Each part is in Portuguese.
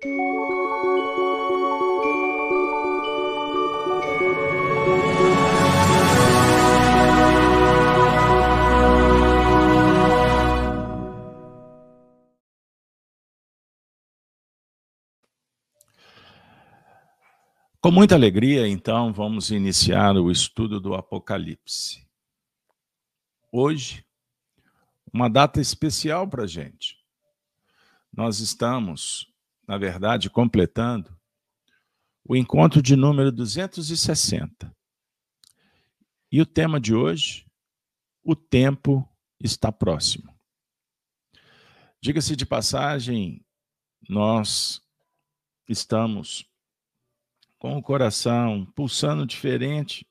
Com muita alegria, então, vamos iniciar o estudo do Apocalipse. Hoje, uma data especial para a gente. Nós estamos, na verdade, completando o encontro de número 260. E o tema de hoje, o tempo está próximo. Diga-se de passagem, nós estamos com o coração pulsando diferente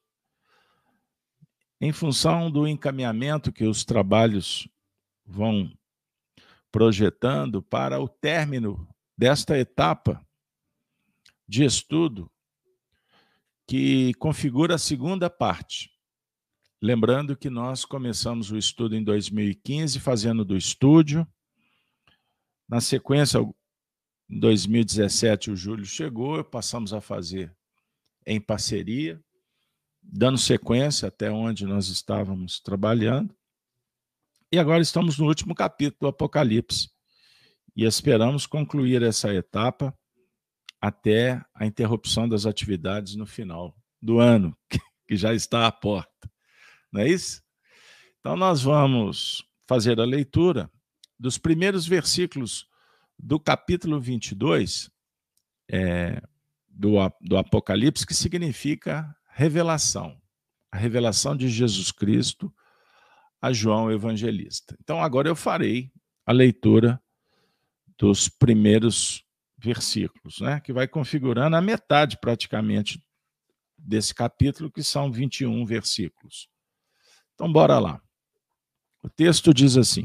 em função do encaminhamento que os trabalhos vão projetando para o término desta etapa de estudo que configura a segunda parte. Lembrando que nós começamos o estudo em 2015, fazendo do estúdio. Na sequência, em 2017, o Júlio chegou, passamos a fazer em parceria, dando sequência até onde nós estávamos trabalhando. E agora estamos no último capítulo do Apocalipse e esperamos concluir essa etapa até a interrupção das atividades no final do ano, que já está à porta. Não é isso? Então, nós vamos fazer a leitura dos primeiros versículos do capítulo 22 do Apocalipse, que significa revelação. A revelação de Jesus Cristo a João Evangelista. Então, agora eu farei a leitura dos primeiros versículos, né, que vai configurando a metade, praticamente, desse capítulo, que são 21 versículos. Então, bora lá. O texto diz assim: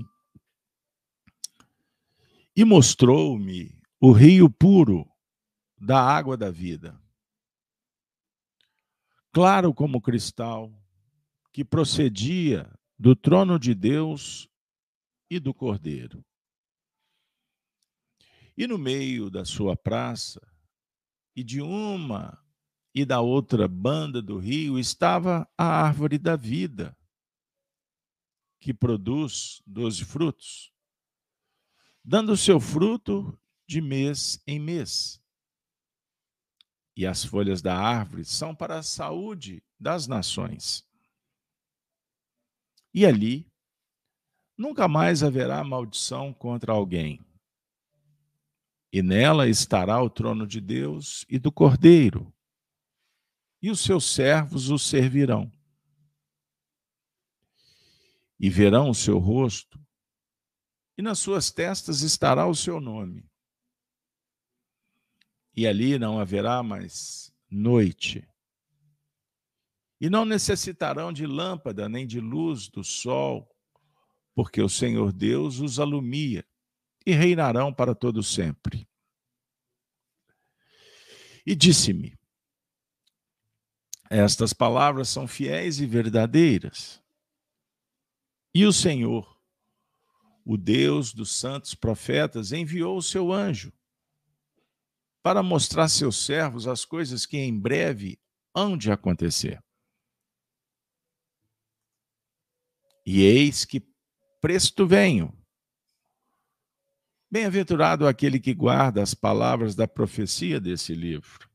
E mostrou-me o rio puro da água da vida, claro como cristal, que procedia do trono de Deus e do Cordeiro. E no meio da sua praça, e de uma e da outra banda do rio, estava a árvore da vida, que produz 12 frutos, dando o seu fruto de mês em mês. E as folhas da árvore são para a saúde das nações. E ali nunca mais haverá maldição contra alguém. E nela estará o trono de Deus e do Cordeiro, e os seus servos o servirão. E verão o seu rosto, e nas suas testas estará o seu nome. E ali não haverá mais noite. E não necessitarão de lâmpada nem de luz do sol, porque o Senhor Deus os alumia, e reinarão para todo sempre. E disse-me: Estas palavras são fiéis e verdadeiras. E o Senhor, o Deus dos santos profetas, enviou o seu anjo para mostrar a seus servos as coisas que em breve hão de acontecer. E eis que presto venho. Bem-aventurado aquele que guarda as palavras da profecia desse livro.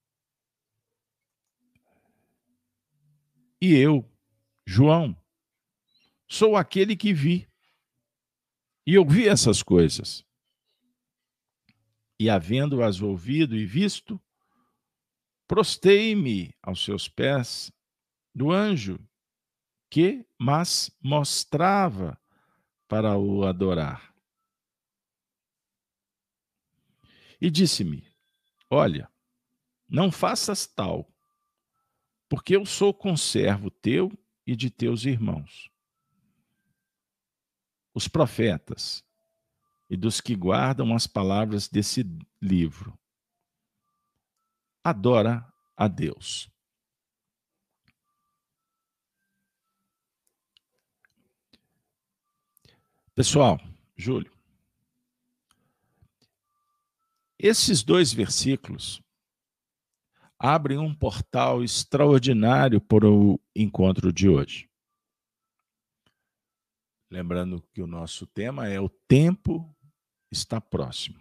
E eu, João, sou aquele que vi e ouvi essas coisas. E havendo-as ouvido e visto, prostei-me aos seus pés do anjo que mas mostrava para o adorar. E disse-me: Olha, não faças tal, porque eu sou conservo teu e de teus irmãos, os profetas, e dos que guardam as palavras desse livro. Adora a Deus. Pessoal, Júlio, Esses 2 versículos abrem um portal extraordinário para o encontro de hoje. Lembrando que o nosso tema é: o tempo está próximo.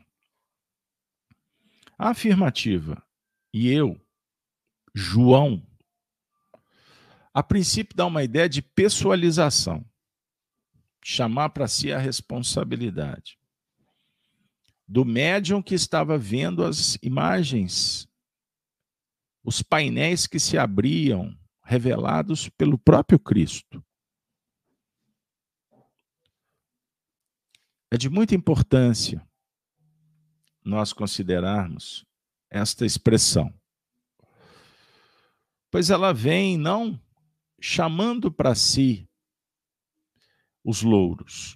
A afirmativa, e eu, João, a princípio dá uma ideia de pessoalização, chamar para si a responsabilidade do médium que estava vendo as imagens, os painéis que se abriam, revelados pelo próprio Cristo. É de muita importância nós considerarmos esta expressão, pois ela vem não chamando para si os louros,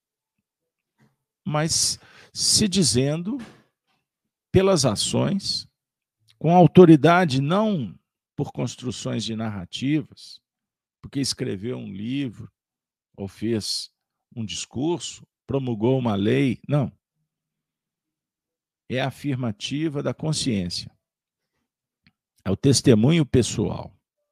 mas se dizendo pelas ações, com autoridade, não por construções de narrativas, porque escreveu um livro ou fez um discurso, promulgou uma lei, não. É a afirmativa da consciência. É o testemunho pessoal.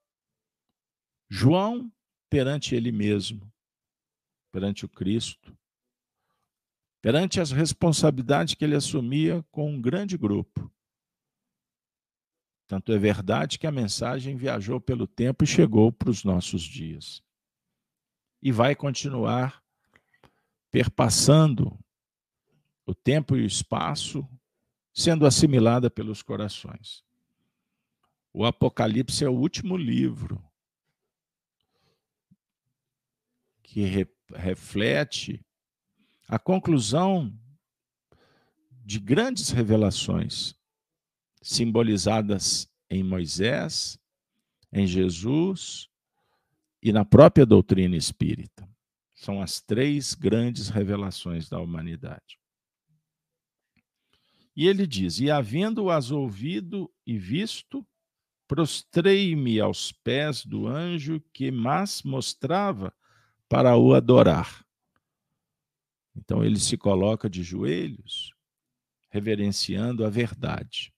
João, perante ele mesmo, perante o Cristo, perante as responsabilidades que ele assumia com um grande grupo. Tanto é verdade que a mensagem viajou pelo tempo e chegou para os nossos dias. E vai continuar perpassando o tempo e o espaço, sendo assimilada pelos corações. O Apocalipse é o último livro que reflete a conclusão de grandes revelações simbolizadas em Moisés, em Jesus e na própria doutrina espírita. São as 3 grandes revelações da humanidade. E ele diz: e havendo-as ouvido e visto, prostrei-me aos pés do anjo que mas mostrava para o adorar. Então ele se coloca de joelhos, reverenciando a verdade.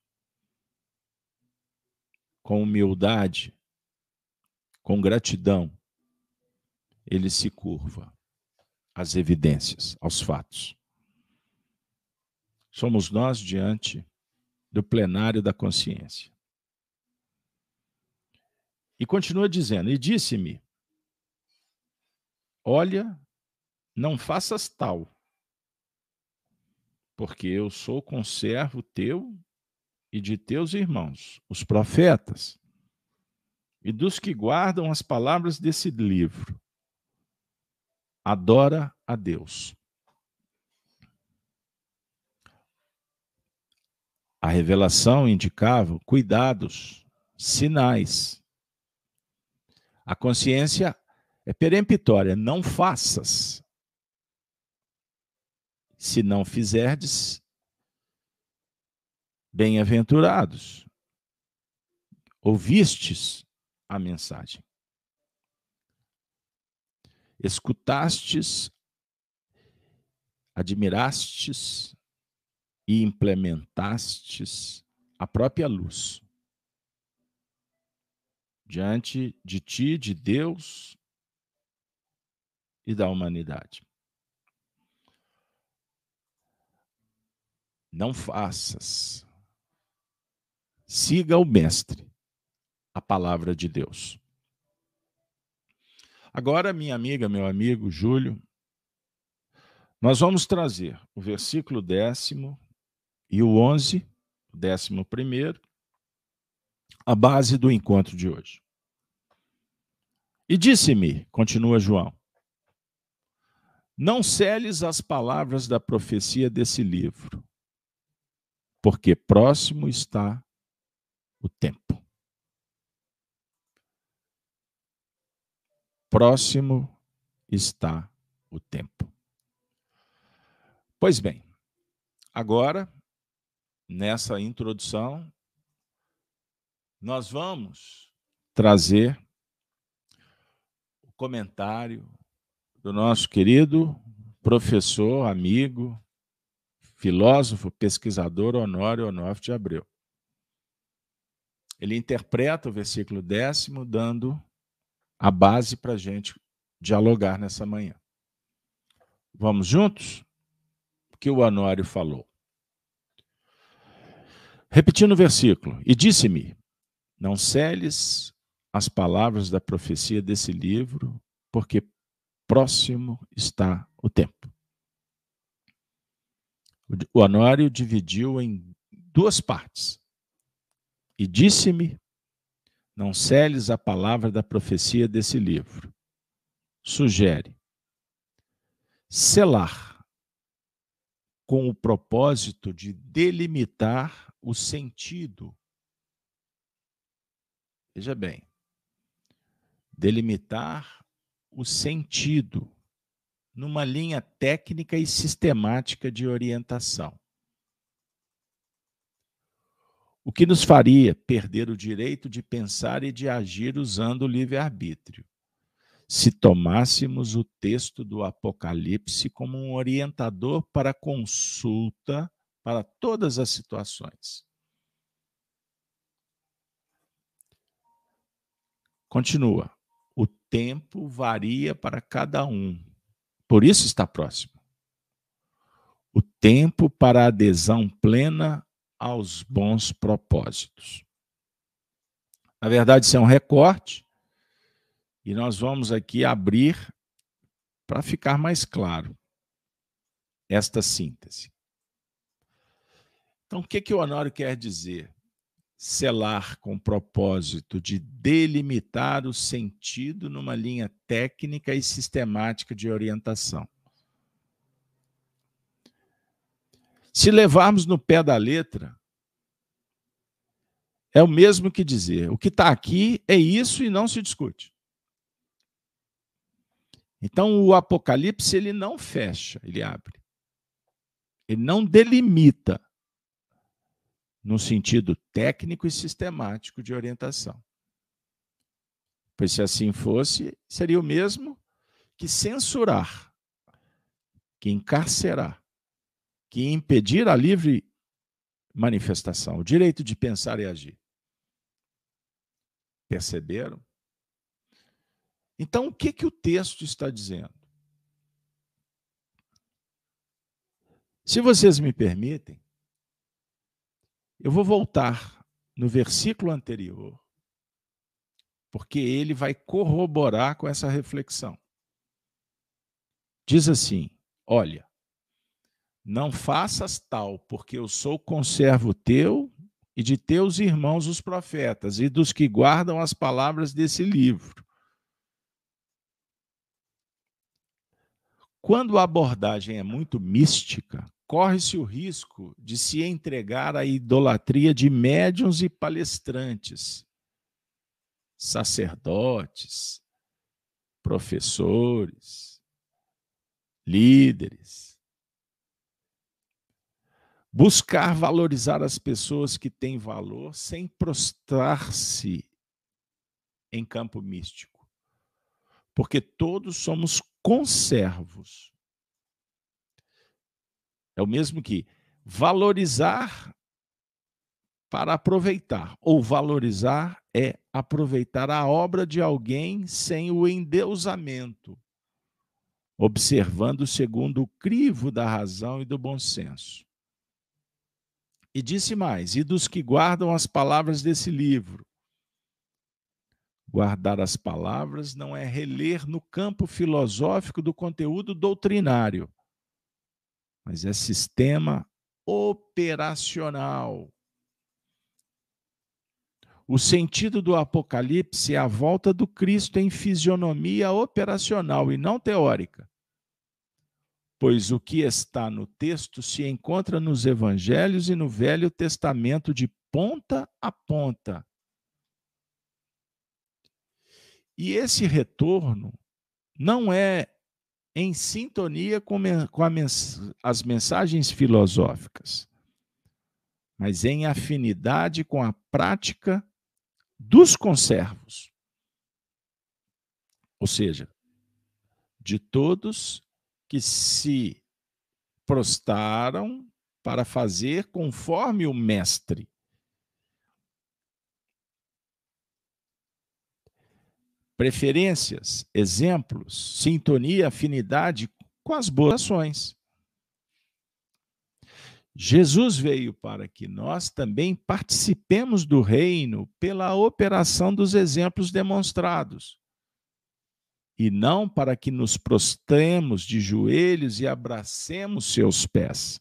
Com humildade, com gratidão, ele se curva às evidências, aos fatos. Somos nós diante do plenário da consciência. E continua dizendo: e disse-me, olha, não faças tal, porque eu sou conservo teu e de teus irmãos, os profetas, e dos que guardam as palavras desse livro. Adora a Deus. A revelação indicava cuidados, sinais. A consciência é peremptória: não faças. Se não fizerdes, bem-aventurados. Ouvistes a mensagem. Escutastes, admirastes e implementastes a própria luz diante de ti, de Deus e da humanidade. Não faças. Siga o mestre, a palavra de Deus. Agora, minha amiga, meu amigo Júlio, nós vamos trazer o versículo 10º e o 11, o 11º, a base do encontro de hoje. E disse-me, continua João, não celes as palavras da profecia desse livro, porque próximo está o tempo. Próximo está o tempo. Pois bem, agora, nessa introdução, nós vamos trazer o comentário do nosso querido professor, amigo, filósofo, pesquisador Honório Onofre de Abreu. Ele interpreta o versículo 10º, dando a base para a gente dialogar nessa manhã. Vamos juntos? O que o Honório falou. Repetindo o versículo. E disse-me, não celes as palavras da profecia desse livro, porque próximo está o tempo. O Honório dividiu em duas partes. E disse-me, não celes a palavra da profecia desse livro. Sugere selar com o propósito de delimitar o sentido. Veja bem, delimitar o sentido numa linha técnica e sistemática de orientação. O que nos faria perder o direito de pensar e de agir usando o livre-arbítrio, se tomássemos o texto do Apocalipse como um orientador para consulta para todas as situações. Continua. O tempo varia para cada um. Por isso está próximo. O tempo para a adesão plena aos bons propósitos. Na verdade, isso é um recorte, e nós vamos aqui abrir para ficar mais claro esta síntese. Então, o que o Honório quer dizer? Selar com o propósito de delimitar o sentido numa linha técnica e sistemática de orientação. Se levarmos no pé da letra, é o mesmo que dizer, o que está aqui é isso e não se discute. Então, o Apocalipse, ele não fecha, ele abre. Ele não delimita no sentido técnico e sistemático de orientação. Pois se assim fosse, seria o mesmo que censurar, que encarcerar, que impedir a livre manifestação, o direito de pensar e agir. Perceberam? Então, o que o texto está dizendo? Se vocês me permitem, eu vou voltar no versículo anterior, porque ele vai corroborar com essa reflexão. Diz assim, olha, não faças tal, porque eu sou conservo teu e de teus irmãos os profetas, e dos que guardam as palavras desse livro. Quando a abordagem é muito mística, corre-se o risco de se entregar à idolatria de médiuns e palestrantes, sacerdotes, professores, líderes. Buscar valorizar as pessoas que têm valor sem prostrar-se em campo místico. Porque todos somos conservos. É o mesmo que valorizar para aproveitar, ou valorizar é aproveitar a obra de alguém sem o endeusamento, observando segundo o crivo da razão e do bom senso. E disse mais, e dos que guardam as palavras desse livro. Guardar as palavras não é reler no campo filosófico do conteúdo doutrinário, mas é sistema operacional. O sentido do Apocalipse é a volta do Cristo em fisionomia operacional e não teórica. Pois o que está no texto se encontra nos evangelhos e no Velho Testamento de ponta a ponta. E esse retorno não é em sintonia com as mensagens filosóficas, mas em afinidade com a prática dos conservos. Ou seja, de todos que se prostraram para fazer conforme o mestre. Preferências, exemplos, sintonia, afinidade com as boas ações. Jesus veio para que nós também participemos do reino pela operação dos exemplos demonstrados, e não para que nos prostremos de joelhos e abracemos seus pés.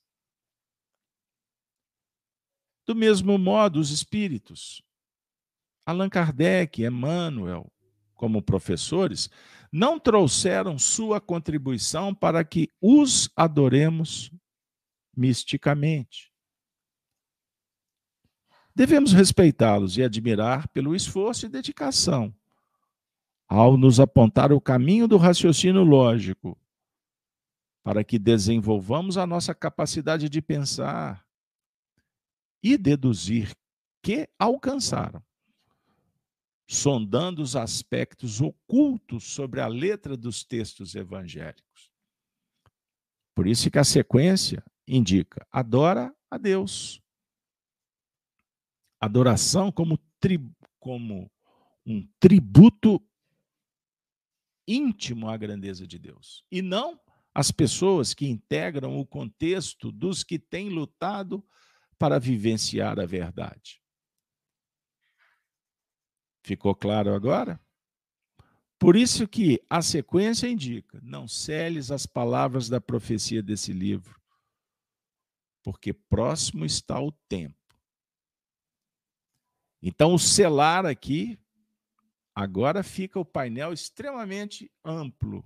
Do mesmo modo, os espíritos, Allan Kardec, Emmanuel, como professores, não trouxeram sua contribuição para que os adoremos misticamente. Devemos respeitá-los e admirar pelo esforço e dedicação ao nos apontar o caminho do raciocínio lógico, para que desenvolvamos a nossa capacidade de pensar e deduzir que alcançaram, sondando os aspectos ocultos sobre a letra dos textos evangélicos. Por isso que a sequência indica: adora a Deus. Adoração como um tributo íntimo à grandeza de Deus, e não as pessoas que integram o contexto dos que têm lutado para vivenciar a verdade. Ficou claro agora? Por isso que a sequência indica: não celes as palavras da profecia desse livro, porque próximo está o tempo. Então, o selar aqui, agora fica o painel extremamente amplo,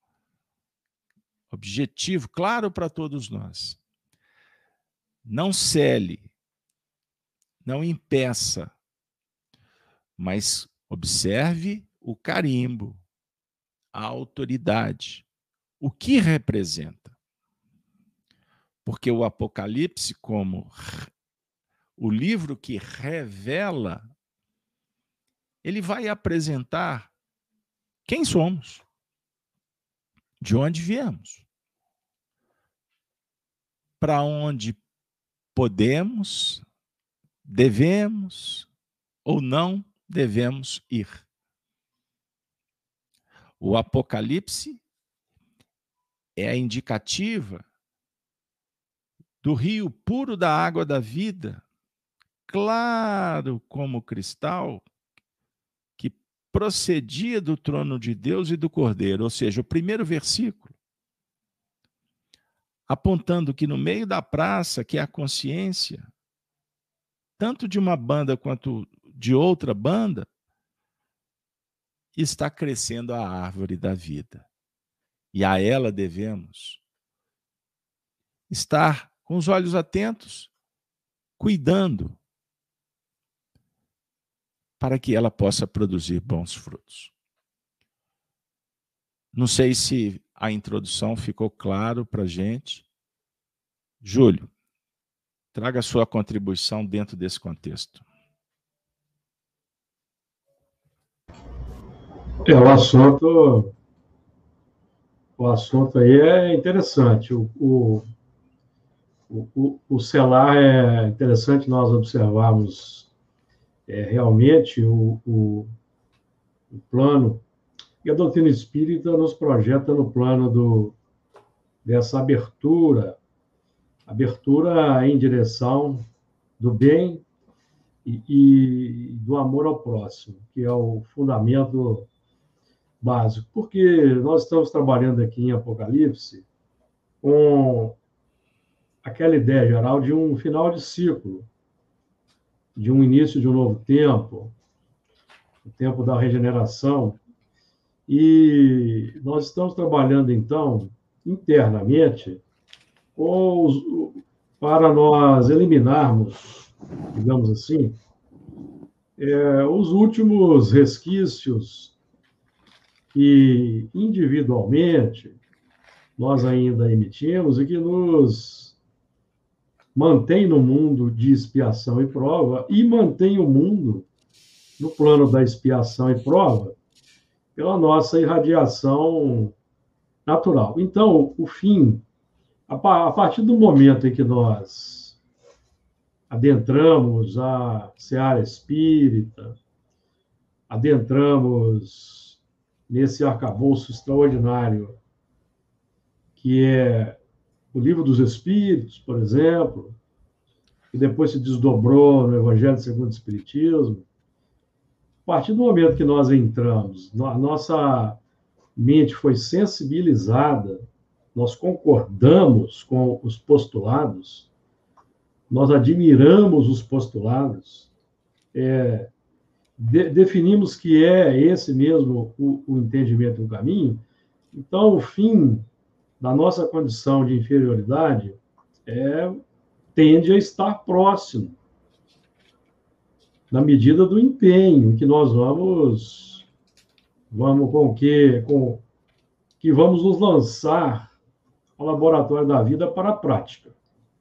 objetivo, claro para todos nós. Não cele, não impeça, mas observe o carimbo, a autoridade, o que representa. Porque o Apocalipse, como o livro que revela, ele vai apresentar quem somos, de onde viemos, para onde podemos, devemos ou não devemos ir. O Apocalipse é a indicativa do rio puro da água da vida, claro como cristal, que procedia do trono de Deus e do Cordeiro, ou seja, o primeiro versículo, apontando que no meio da praça, que é a consciência, tanto de uma banda quanto de outra banda, está crescendo a árvore da vida. E a ela devemos estar com os olhos atentos, cuidando, para que ela possa produzir bons frutos. Não sei se a introdução ficou claro para a gente. Júlio, traga a sua contribuição dentro desse contexto. O assunto aí é interessante. O selar é interessante nós observarmos realmente o plano, e a doutrina espírita nos projeta no plano dessa abertura em direção do bem e do amor ao próximo, que é o fundamento básico. Porque nós estamos trabalhando aqui em Apocalipse com aquela ideia geral de um final de ciclo, de um início de um novo tempo, o tempo da regeneração. E nós estamos trabalhando, então, internamente, para nós eliminarmos, digamos assim, os últimos resquícios que, individualmente, nós ainda emitimos e que nos mantém no mundo de expiação e prova e mantém o mundo no plano da expiação e prova pela nossa irradiação natural. Então, o fim A partir do momento em que nós adentramos a seara espírita, adentramos nesse arcabouço extraordinário que é o Livro dos Espíritos, por exemplo, que depois se desdobrou no Evangelho segundo o Espiritismo. A partir do momento que nós entramos, a nossa mente foi sensibilizada, nós concordamos com os postulados, nós admiramos os postulados, definimos que é esse mesmo o entendimento do caminho. Então, o fim da nossa condição de inferioridade tende a estar próximo, na medida do empenho que nós vamos que vamos nos lançar ao laboratório da vida para a prática.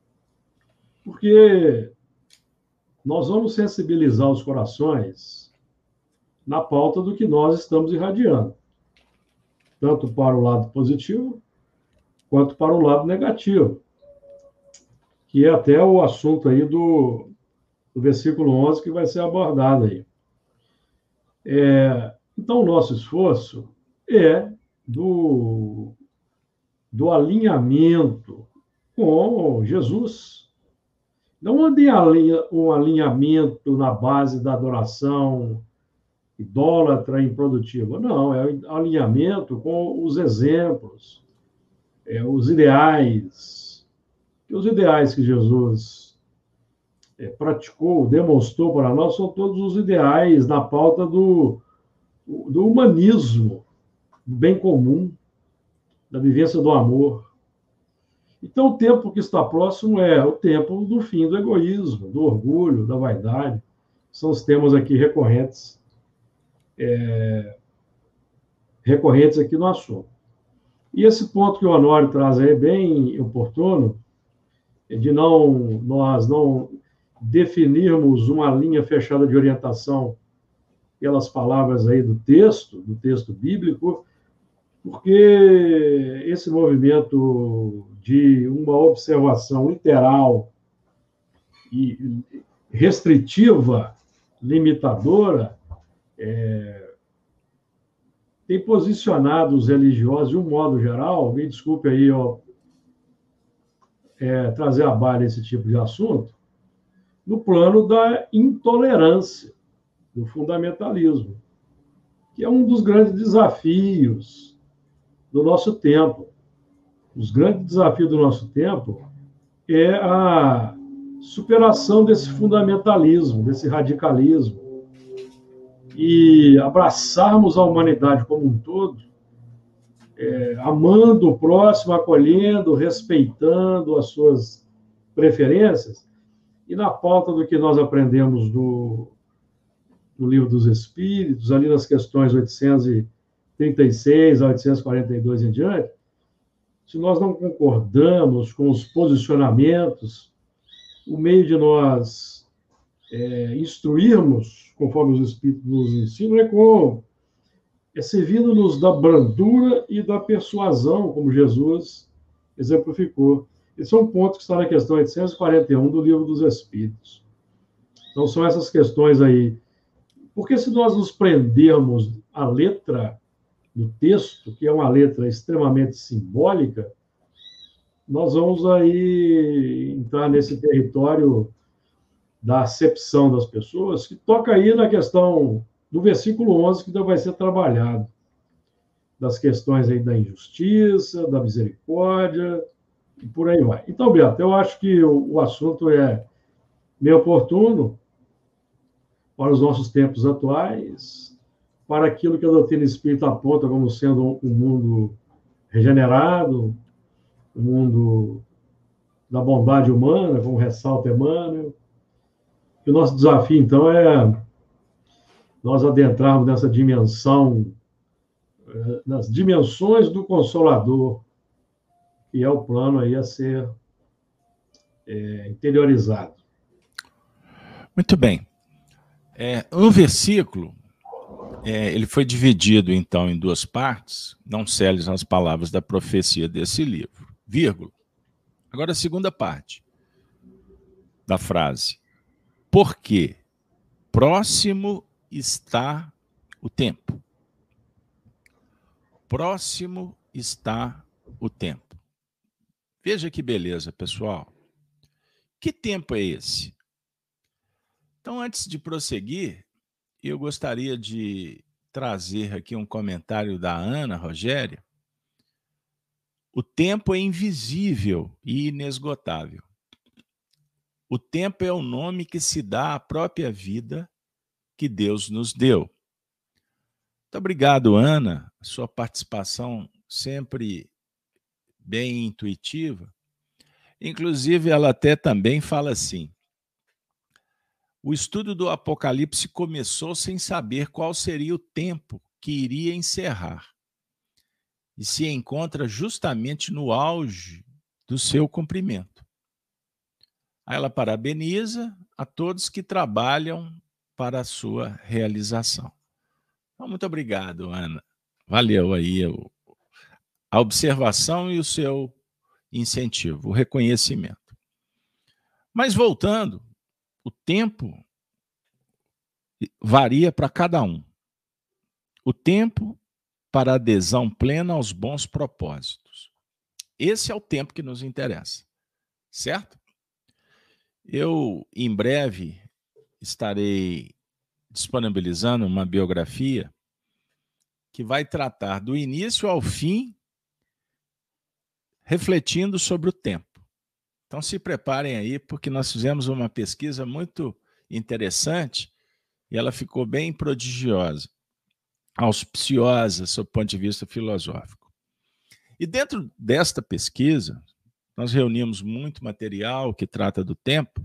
Porque nós vamos sensibilizar os corações na pauta do que nós estamos irradiando, tanto para o lado positivo quanto para o lado negativo, que é até o assunto aí do versículo 11 que vai ser abordado aí. Então, o nosso esforço é do alinhamento com Jesus. Não um alinhamento na base da adoração idólatra e improdutiva. Não, é um alinhamento com os exemplos, os ideais. E os ideais que Jesus praticou, demonstrou para nós, são todos os ideais na pauta do humanismo, do bem comum, da vivência do amor. Então, o tempo que está próximo é o tempo do fim do egoísmo, do orgulho, da vaidade. São os temas aqui recorrentes aqui no assunto. E esse ponto que o Honório traz aí é bem oportuno, de nós não definirmos uma linha fechada de orientação pelas palavras aí do texto bíblico, porque esse movimento de uma observação literal e restritiva, limitadora, tem posicionado os religiosos, de um modo geral, me desculpe aí trazer à baila esse tipo de assunto, no plano da intolerância, do fundamentalismo, que é um dos grandes desafios do nosso tempo. Os grandes desafios do nosso tempo é a superação desse fundamentalismo, desse radicalismo, e abraçarmos a humanidade como um todo, amando o próximo, acolhendo, respeitando as suas preferências, e na pauta do que nós aprendemos no Livro dos Espíritos, ali nas questões 836 a 842 em diante, se nós não concordamos com os posicionamentos, o meio de nós instruirmos, conforme os Espíritos nos ensinam, servindo-nos da brandura e da persuasão, como Jesus exemplificou. Esse é um ponto que está na questão 841 do Livro dos Espíritos. Então, são essas questões aí. Porque se nós nos prendermos à letra do texto, que é uma letra extremamente simbólica, nós vamos aí entrar nesse território da acepção das pessoas, que toca aí na questão do versículo 11, que ainda vai ser trabalhado, das questões aí da injustiça, da misericórdia, e por aí vai. Então, Beto, eu acho que o assunto é meio oportuno para os nossos tempos atuais, para aquilo que a doutrina espírita aponta como sendo um mundo regenerado, um mundo da bondade humana, como ressalta Emmanuel. E o nosso desafio, então, é nós adentrarmos nessa dimensão, nas dimensões do Consolador, que é o plano aí a ser interiorizado. Muito bem. O versículo, ele foi dividido, então, em duas partes, não celes as palavras da profecia desse livro, vírgula. Agora, a segunda parte da frase. Porque próximo está o tempo. Próximo está o tempo. Veja que beleza, pessoal. Que tempo é esse? Então, antes de prosseguir, eu gostaria de trazer aqui um comentário da Ana Rogéria. O tempo é invisível e inesgotável. O tempo é o nome que se dá à própria vida que Deus nos deu. Muito obrigado, Ana. Sua participação sempre bem intuitiva. Inclusive, ela até também fala assim: o estudo do Apocalipse começou sem saber qual seria o tempo que iria encerrar e se encontra justamente no auge do seu cumprimento. Aí ela parabeniza a todos que trabalham para a sua realização. Então, muito obrigado, Ana. Valeu aí a observação e o seu incentivo, o reconhecimento. Mas voltando, o tempo varia para cada um. O tempo para adesão plena aos bons propósitos. Esse é o tempo que nos interessa, certo? Eu, em breve, estarei disponibilizando uma biografia que vai tratar do início ao fim, refletindo sobre o tempo. Então, se preparem aí, porque nós fizemos uma pesquisa muito interessante e ela ficou bem prodigiosa, auspiciosa, sob o ponto de vista filosófico. E dentro desta pesquisa, nós reunimos muito material que trata do tempo.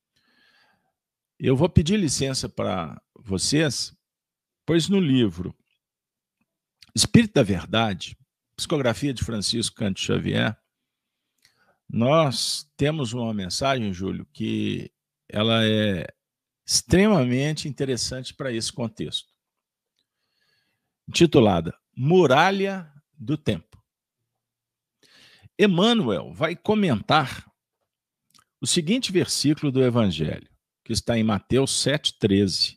Eu vou pedir licença para vocês, pois no livro Espírito da Verdade, psicografia de Francisco Cândido Xavier, nós temos uma mensagem, Júlio, que ela é extremamente interessante para esse contexto, intitulada Muralha do Tempo. Emmanuel vai comentar o seguinte versículo do Evangelho, que está em Mateus 7,13.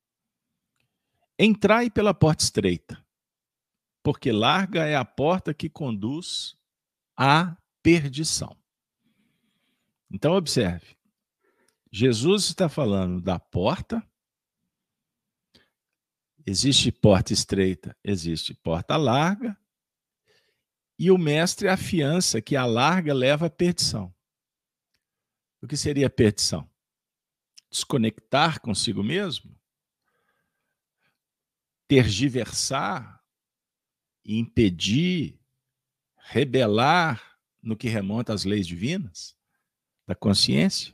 Entrai pela porta estreita, porque larga é a porta que conduz à perdição. Então, observe, Jesus está falando da porta, existe porta estreita, existe porta larga, e o mestre afiança que a larga leva à perdição. O que seria a perdição? Desconectar consigo mesmo? Tergiversar? Impedir? Rebelar no que remonta às leis divinas? Da consciência?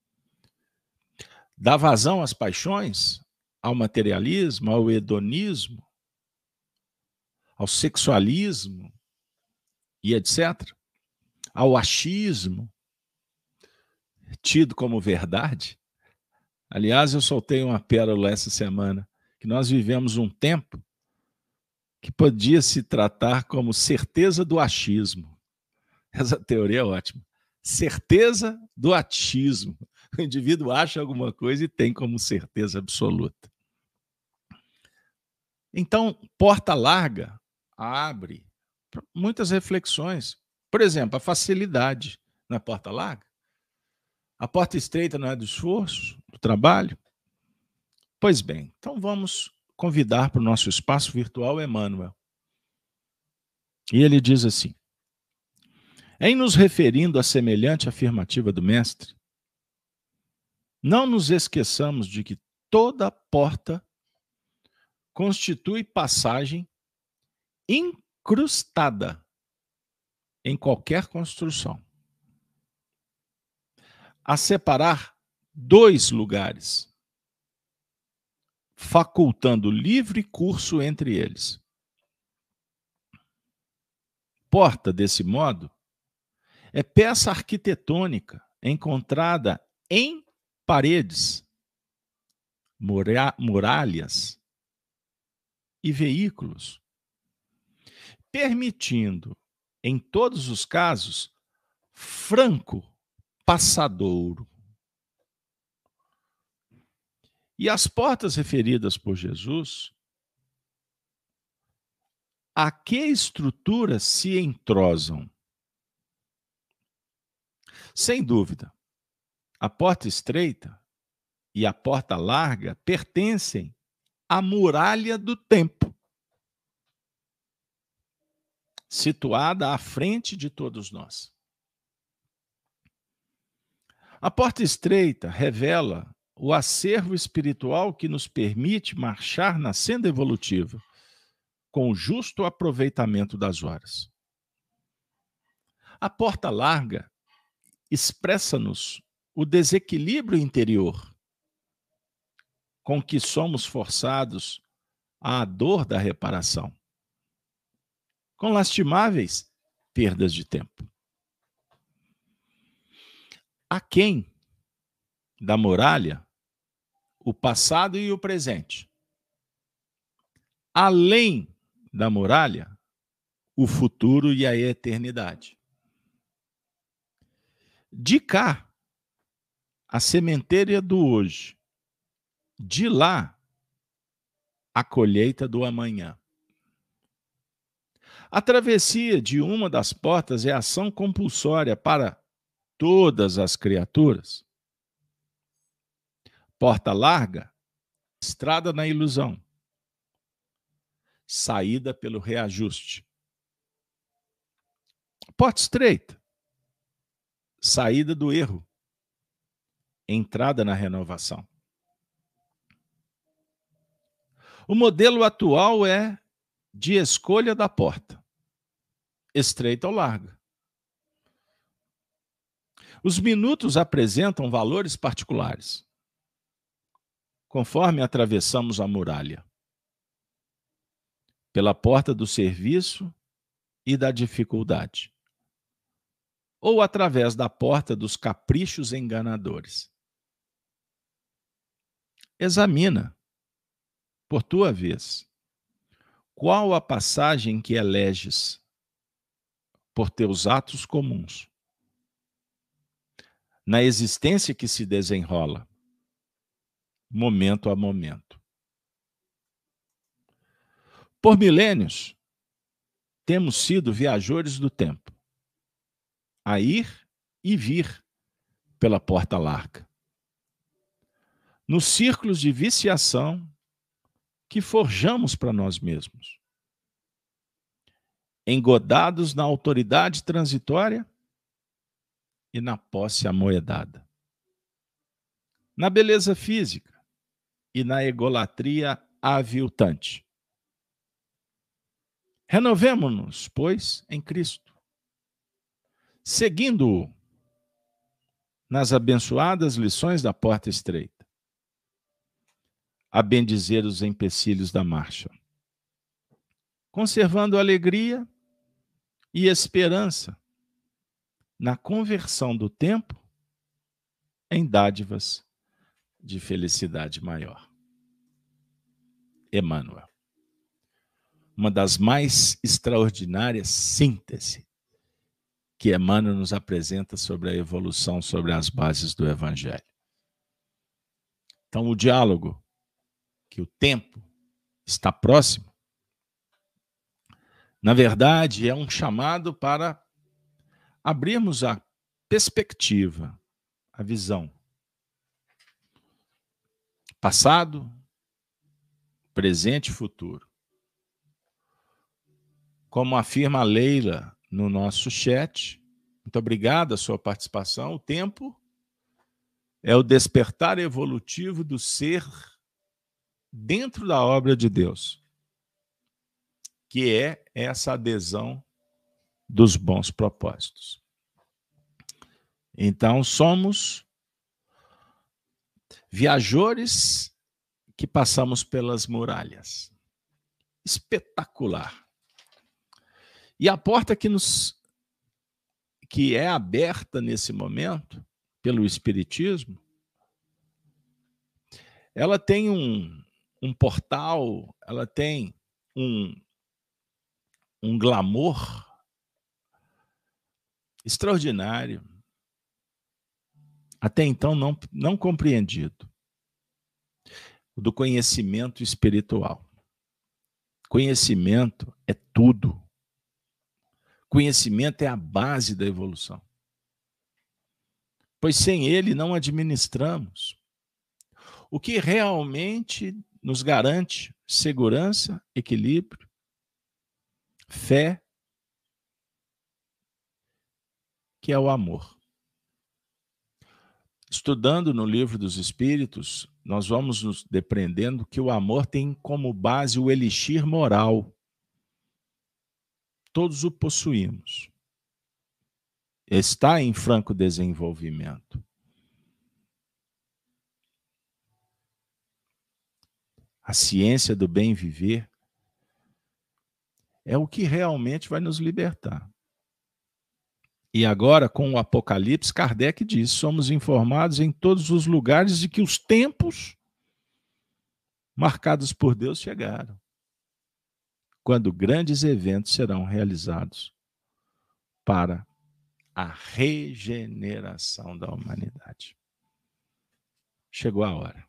Dar vazão às paixões? Ao materialismo? Ao hedonismo? Ao sexualismo? E etc. Ao achismo? Tido como verdade? Aliás, eu soltei uma pérola essa semana, que nós vivemos um tempo que podia se tratar como certeza do achismo. Essa teoria é ótima. Certeza do achismo. O indivíduo acha alguma coisa e tem como certeza absoluta. Então, porta larga abre muitas reflexões. Por exemplo, a facilidade na porta larga. A porta estreita não é do esforço, do trabalho? Pois bem, então vamos convidar para o nosso espaço virtual Emmanuel. E ele diz assim: em nos referindo à semelhante afirmativa do mestre, não nos esqueçamos de que toda porta constitui passagem incrustada em qualquer construção, a separar dois lugares, facultando livre curso entre eles. Porta, desse modo, é peça arquitetônica encontrada em paredes, muralhas e veículos, permitindo, em todos os casos, franco passadouro. E as portas referidas por Jesus, a que estruturas se entrosam? Sem dúvida, a porta estreita e a porta larga pertencem à muralha do templo, situada à frente de todos nós. A porta estreita revela o acervo espiritual que nos permite marchar na senda evolutiva, com o justo aproveitamento das horas. A porta larga expressa-nos o desequilíbrio interior, com que somos forçados à dor da reparação, com lastimáveis perdas de tempo. Aquém da muralha, o passado e o presente. Além da muralha, o futuro e a eternidade. De cá, a sementeira do hoje. De lá, a colheita do amanhã. A travessia de uma das portas é ação compulsória para todas as criaturas. Porta larga, estrada na ilusão. Saída pelo reajuste. Porta estreita, saída do erro. Entrada na renovação. O modelo atual é de escolha da porta, estreita ou larga. Os minutos apresentam valores particulares, conforme atravessamos a muralha, pela porta do serviço e da dificuldade, ou através da porta dos caprichos enganadores. Examina, por tua vez, qual a passagem que eleges por teus atos comuns, na existência que se desenrola, momento a momento. Por milênios, temos sido viajores do tempo, a ir e vir pela porta larga, nos círculos de viciação que forjamos para nós mesmos, engodados na autoridade transitória e na posse amoedada, na beleza física e na egolatria aviltante. Renovemo-nos, pois, em Cristo, seguindo-o nas abençoadas lições da porta estreita, a bendizer os empecilhos da marcha, conservando alegria e esperança na conversão do tempo em dádivas de felicidade maior. Emmanuel. Uma das mais extraordinárias sínteses que Emmanuel nos apresenta sobre a evolução, sobre as bases do Evangelho. Então, o diálogo, que o tempo está próximo, na verdade, é um chamado para abrirmos a perspectiva, a visão. Passado, presente e futuro. Como afirma a Leila no nosso chat, muito obrigado a sua participação. O tempo é o despertar evolutivo do ser dentro da obra de Deus, que é essa adesão dos bons propósitos. Então, somos viajores que passamos pelas muralhas. Espetacular. E a porta que é aberta nesse momento pelo Espiritismo, ela tem um portal, ela tem um glamour extraordinário, até então não compreendido, do conhecimento espiritual. Conhecimento é tudo. Conhecimento é a base da evolução. Pois sem ele não administramos. O que realmente nos garante segurança, equilíbrio, fé, que é o amor. Estudando no Livro dos Espíritos, nós vamos nos depreendendo que o amor tem como base o elixir moral. Todos o possuímos. Está em franco desenvolvimento. A ciência do bem viver é o que realmente vai nos libertar. E agora, com o Apocalipse, Kardec diz: somos informados em todos os lugares de que os tempos marcados por Deus chegaram, quando grandes eventos serão realizados para a regeneração da humanidade. Chegou a hora.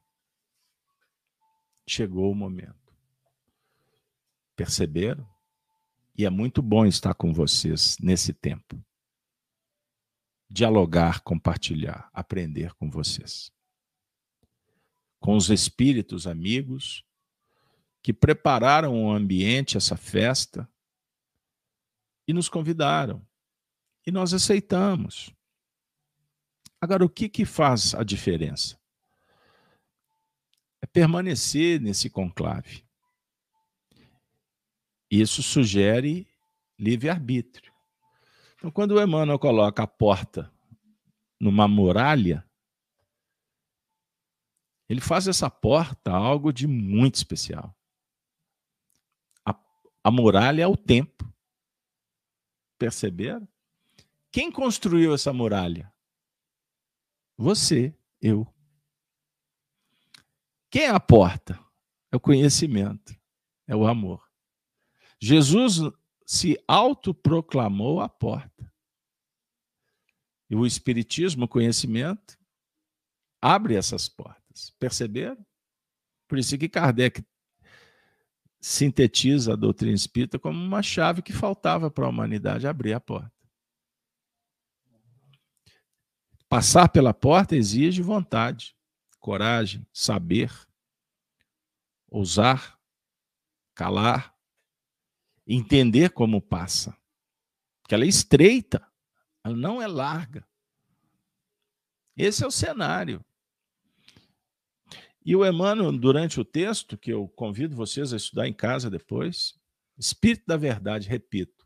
Chegou o momento. Perceberam? E é muito bom estar com vocês nesse tempo. Dialogar, compartilhar, aprender com vocês. Com os espíritos amigos que prepararam o ambiente, essa festa, e nos convidaram. E nós aceitamos. Agora, o que faz a diferença? É permanecer nesse conclave. Isso sugere livre-arbítrio. Então, quando o Emmanuel coloca a porta numa muralha, ele faz essa porta algo de muito especial. A muralha é o tempo. Perceberam? Quem construiu essa muralha? Você, eu. Quem é a porta? É o conhecimento, é o amor. Jesus se autoproclamou a porta. E o Espiritismo, o conhecimento, abre essas portas. Perceberam? Por isso que Kardec sintetiza a doutrina espírita como uma chave que faltava para a humanidade abrir a porta. Passar pela porta exige vontade, coragem, saber, ousar, calar, entender como passa. Porque ela é estreita, ela não é larga. Esse é o cenário. E o Emmanuel, durante o texto, que eu convido vocês a estudar em casa depois, Espírito da Verdade, repito,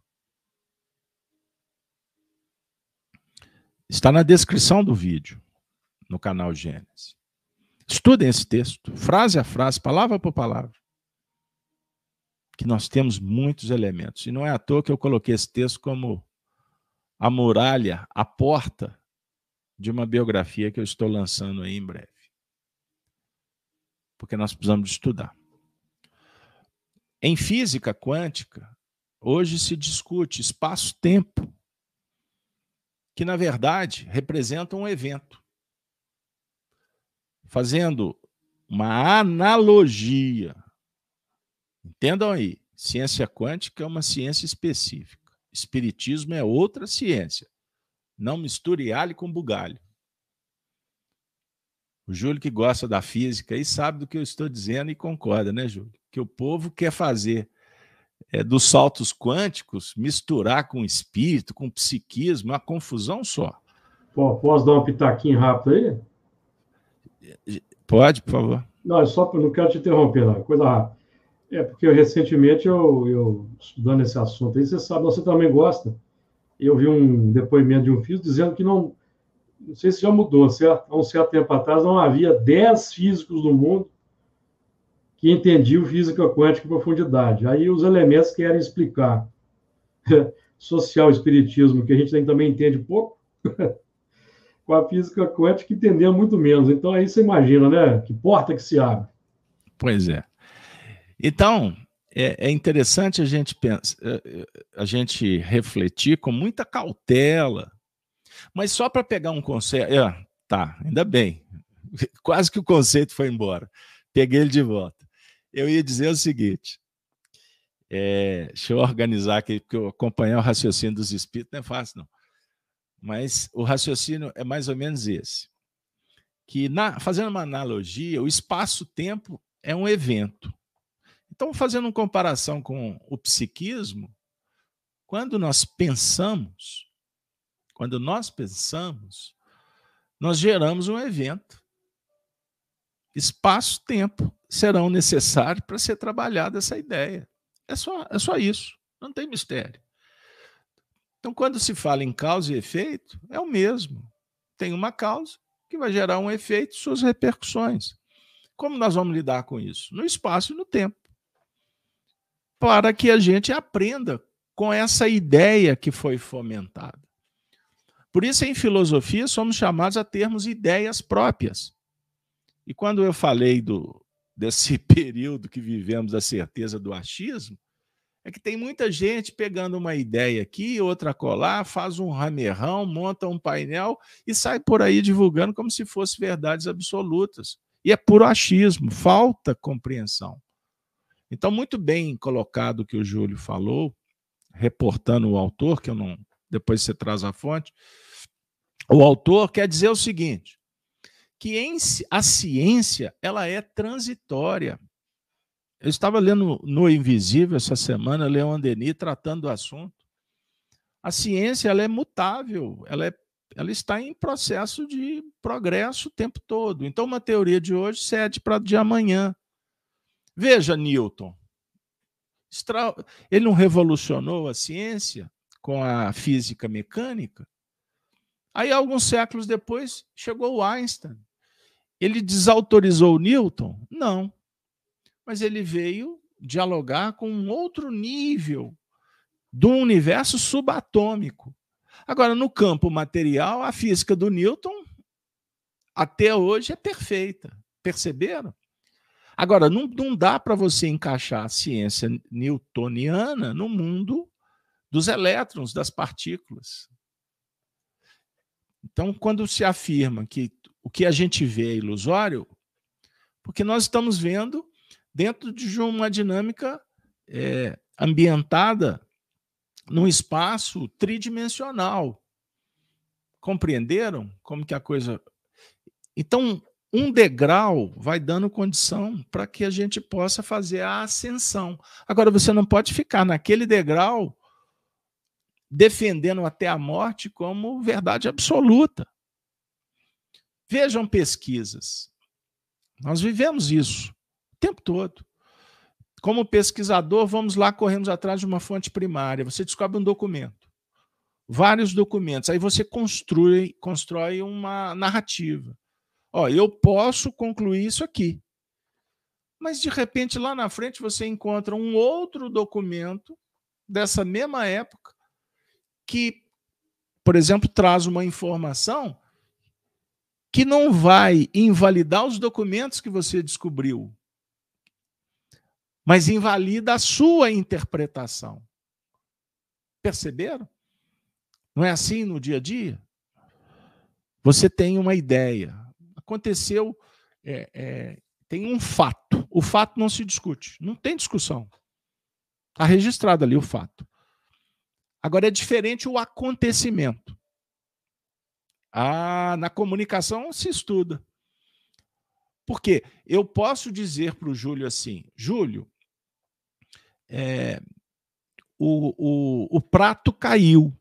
está na descrição do vídeo, no canal Gênesis. Estudem esse texto, frase a frase, palavra por palavra, que nós temos muitos elementos. E não é à toa que eu coloquei esse texto como a muralha, a porta de uma biografia que eu estou lançando aí em breve. Porque nós precisamos estudar. Em física quântica, hoje se discute espaço-tempo, que, na verdade, representa um evento. Fazendo uma analogia. Entendam aí, ciência quântica é uma ciência específica. Espiritismo é outra ciência. Não misture alho com bugalho. O Júlio, que gosta da física, aí sabe do que eu estou dizendo e concorda, né, Júlio? Que o povo quer fazer dos saltos quânticos, misturar com espírito, com psiquismo, uma confusão só. Pô, posso dar um pitaquinho rápido aí? Pode, por favor. Não, é só, não quero te interromper, não, coisa rápida. É porque recentemente eu estudando esse assunto aí, você sabe, você também gosta. Eu vi um depoimento de um físico dizendo que não sei se já mudou, certo? Há um certo tempo atrás não havia 10 físicos no mundo que entendiam física quântica em profundidade. Aí os elementos querem explicar social espiritismo, que a gente também entende pouco, com a física quântica entendendo muito menos. Então aí você imagina, né? Que porta que se abre. Pois é. Então, é interessante a gente refletir com muita cautela Mas só para pegar um conceito... tá, ainda bem. Quase que o conceito foi embora. Peguei ele de volta. Eu ia dizer o seguinte... deixa eu organizar aqui, porque eu acompanhar o raciocínio dos espíritos não é fácil, não. Mas o raciocínio é mais ou menos esse. Que, fazendo uma analogia, o espaço-tempo é um evento. Então, fazendo uma comparação com o psiquismo, quando nós pensamos, nós geramos um evento. Espaço-tempo serão necessários para ser trabalhada essa ideia. É só isso, não tem mistério. Então, quando se fala em causa e efeito, é o mesmo. Tem uma causa que vai gerar um efeito e suas repercussões. Como nós vamos lidar com isso? No espaço e no tempo. Para que a gente aprenda com essa ideia que foi fomentada. Por isso, em filosofia, somos chamados a termos ideias próprias. E quando eu falei desse período que vivemos da certeza do achismo, é que tem muita gente pegando uma ideia aqui, outra colar, faz um ramerrão, monta um painel e sai por aí divulgando como se fossem verdades absolutas. E é puro achismo, falta compreensão. Então, muito bem colocado o que o Júlio falou, reportando o autor, que eu não... Depois você traz a fonte. O autor quer dizer o seguinte, que a ciência ela é transitória. Eu estava lendo No Invisível essa semana, Leon Denis tratando do assunto. A ciência ela é mutável, ela está em processo de progresso o tempo todo. Então, uma teoria de hoje cede para de amanhã. Veja Newton. Ele não revolucionou a ciência com a física mecânica? Aí, alguns séculos depois, chegou o Einstein. Ele desautorizou o Newton? Não. Mas ele veio dialogar com um outro nível do universo subatômico. Agora, no campo material, a física do Newton, até hoje, é perfeita. Perceberam? Agora, não dá para você encaixar a ciência newtoniana no mundo dos elétrons, das partículas. Então, quando se afirma que o que a gente vê é ilusório, porque nós estamos vendo dentro de uma dinâmica ambientada num espaço tridimensional. Compreenderam como que a coisa... Então, um degrau vai dando condição para que a gente possa fazer a ascensão. Agora, você não pode ficar naquele degrau defendendo até a morte como verdade absoluta. Vejam pesquisas. Nós vivemos isso o tempo todo. Como pesquisador, vamos lá, corremos atrás de uma fonte primária. Você descobre um documento, vários documentos. Aí você constrói uma narrativa. Eu posso concluir isso aqui. Mas, de repente, lá na frente, você encontra um outro documento dessa mesma época que, por exemplo, traz uma informação que não vai invalidar os documentos que você descobriu, mas invalida a sua interpretação. Perceberam? Não é assim no dia a dia? Você tem uma ideia. Aconteceu, tem um fato. O fato não se discute, não tem discussão. Está registrado ali o fato. Agora, é diferente o acontecimento. Na comunicação se estuda. Por quê? Eu posso dizer para o Júlio assim, Júlio, o prato caiu.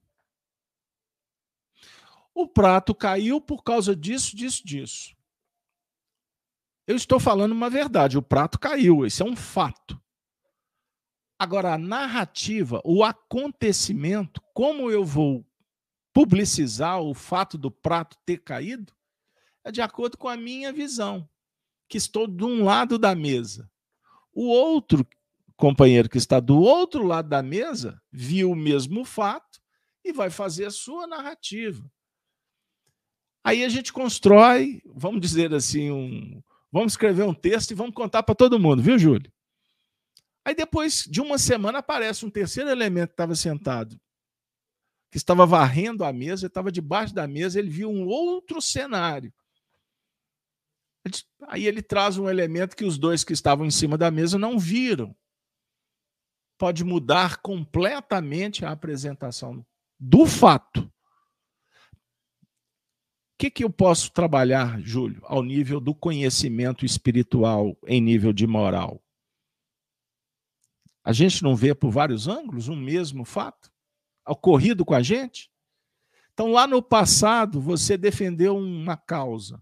O prato caiu por causa disso, disso, disso. Eu estou falando uma verdade, o prato caiu, isso é um fato. Agora, a narrativa, o acontecimento, como eu vou publicizar o fato do prato ter caído, é de acordo com a minha visão, que estou de um lado da mesa. O outro companheiro que está do outro lado da mesa viu o mesmo fato e vai fazer a sua narrativa. Aí a gente constrói, vamos dizer assim, vamos escrever um texto e vamos contar para todo mundo, viu, Júlio? Aí depois de uma semana aparece um terceiro elemento que estava sentado, que estava varrendo a mesa, estava debaixo da mesa, ele viu um outro cenário. Aí ele traz um elemento que os dois que estavam em cima da mesa não viram. Pode mudar completamente a apresentação do fato. O que eu posso trabalhar, Júlio, ao nível do conhecimento espiritual, em nível de moral? A gente não vê por vários ângulos um mesmo fato ocorrido com a gente? Então, lá no passado, você defendeu uma causa.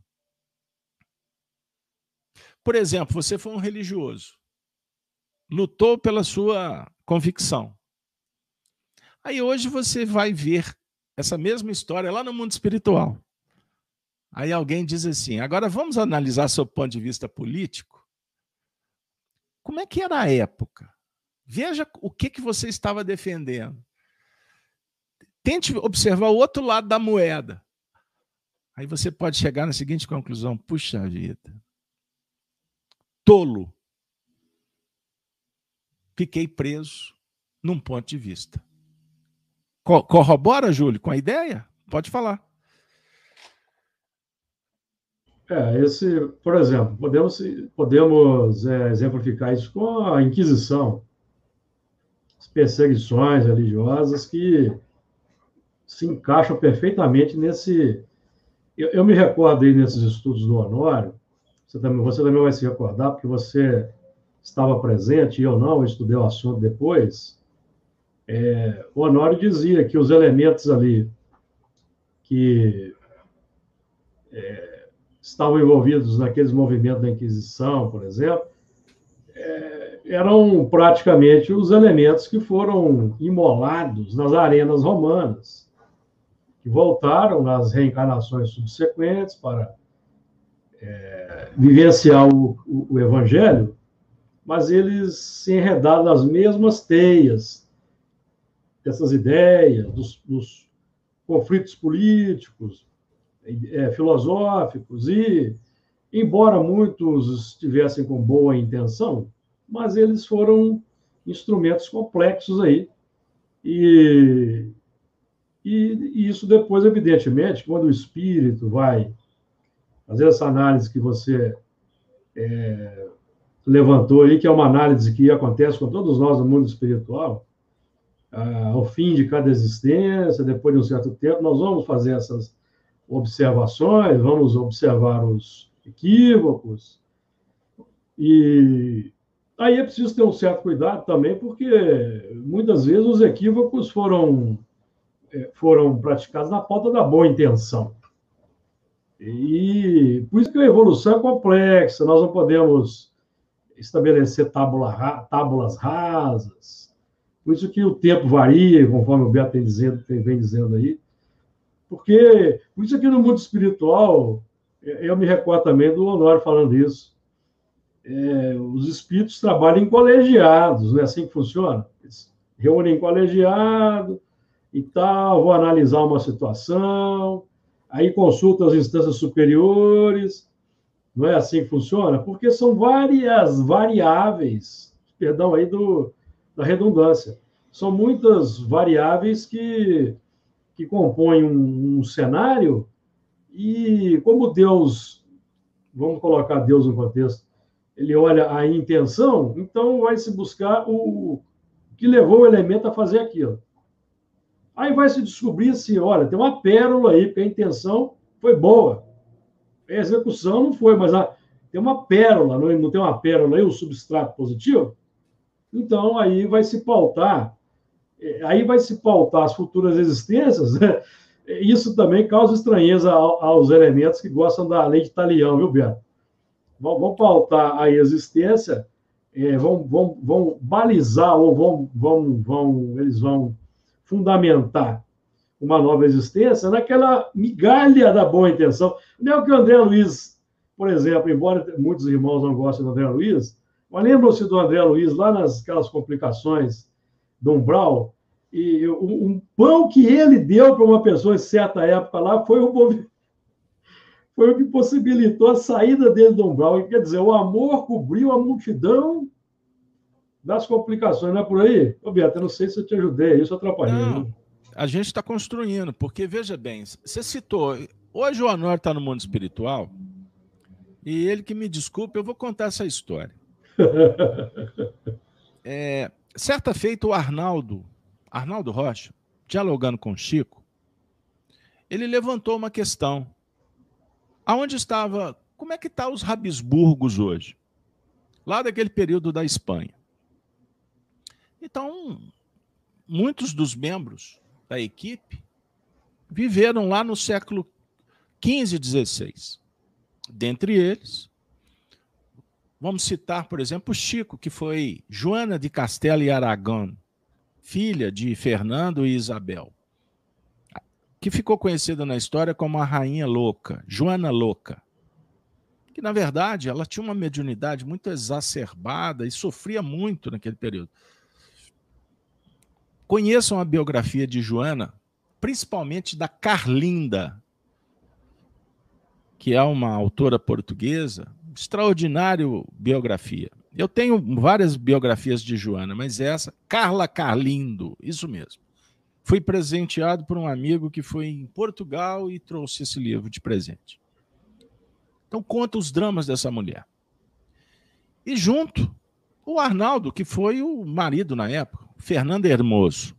Por exemplo, você foi um religioso, lutou pela sua convicção. Aí hoje você vai ver essa mesma história lá no mundo espiritual. Aí alguém diz assim, agora vamos analisar sob o ponto de vista político. Como é que era a época? Veja o que você estava defendendo. Tente observar o outro lado da moeda. Aí você pode chegar na seguinte conclusão, puxa vida, tolo. Fiquei preso num ponto de vista. Corrobora, Júlio, com a ideia? Pode falar. Por exemplo, podemos exemplificar isso com a Inquisição, as perseguições religiosas que se encaixam perfeitamente nesse... Eu me recordo aí nesses estudos do Honório, você também vai se recordar, porque você estava presente e eu não, eu estudei o assunto depois. O Honório dizia que os elementos ali que estavam envolvidos naqueles movimentos da Inquisição, por exemplo, eram praticamente os elementos que foram imolados nas arenas romanas, que voltaram nas reencarnações subsequentes para vivenciar o Evangelho, mas eles se enredaram nas mesmas teias dessas ideias, dos conflitos políticos, filosóficos, e, embora muitos estivessem com boa intenção, mas eles foram instrumentos complexos aí. E isso depois, evidentemente, quando o espírito vai fazer essa análise que você levantou aí, que é uma análise que acontece com todos nós no mundo espiritual, ao fim de cada existência, depois de um certo tempo, nós vamos fazer essas observações, vamos observar os equívocos, e aí é preciso ter um certo cuidado também, porque muitas vezes os equívocos foram praticados na falta da boa intenção. E por isso que a evolução é complexa, nós não podemos estabelecer tábulas rasas, por isso que o tempo varia, conforme o Beto vem dizendo aí, porque, por isso aqui no mundo espiritual, eu me recordo também do Honório falando isso, os espíritos trabalham em colegiados, não é assim que funciona? Eles reúnem em colegiado e tal, vão analisar uma situação, aí consultam as instâncias superiores, não é assim que funciona? Porque são várias variáveis, perdão aí da redundância, são muitas variáveis que compõem um cenário, e como Deus, vamos colocar Deus no contexto, ele olha a intenção, então vai se buscar o que levou o elemento a fazer aquilo. Aí vai se descobrir se, olha, tem uma pérola aí, porque a intenção foi boa. A execução não foi, mas tem uma pérola, não tem uma pérola aí, o substrato positivo? Então, aí vai se pautar as futuras existências, né? Isso também causa estranheza aos elementos que gostam da lei de Talião, viu, Beto? Vão pautar a existência, vão balizar, ou eles vão fundamentar uma nova existência naquela migalha da boa intenção. Não é o que o André Luiz, por exemplo, embora muitos irmãos não gostem do André Luiz, mas lembram-se do André Luiz lá nasquelas complicações do umbral, e um pão que ele deu para uma pessoa em certa época lá foi o que possibilitou a saída dele do umbral. E, quer dizer, o amor cobriu a multidão das complicações, não é por aí? Ô, Beto, eu não sei se eu te ajudei, isso atrapalhei. Não, a gente está construindo, porque, veja bem, você citou, hoje o Honório está no mundo espiritual, e ele que me desculpe, eu vou contar essa história. Certa feita, o Arnaldo Rocha, dialogando com o Chico, ele levantou uma questão. Como é que estão os Habsburgos hoje? Lá daquele período da Espanha. Então, muitos dos membros da equipe viveram lá no século XV e XVI. Dentre eles, vamos citar, por exemplo, o Chico, que foi Joana de Castela e Aragão, filha de Fernando e Isabel, que ficou conhecida na história como a Rainha Louca, Joana Louca, que, na verdade, ela tinha uma mediunidade muito exacerbada e sofria muito naquele período. Conheçam a biografia de Joana, principalmente da Carlinda, que é uma autora portuguesa, extraordinária biografia. Eu tenho várias biografias de Joana, mas essa, Carla Carlindo, isso mesmo. Fui presenteado por um amigo que foi em Portugal e trouxe esse livro de presente. Então, conta os dramas dessa mulher. E junto, o Arnaldo, que foi o marido na época, Fernando Hermoso,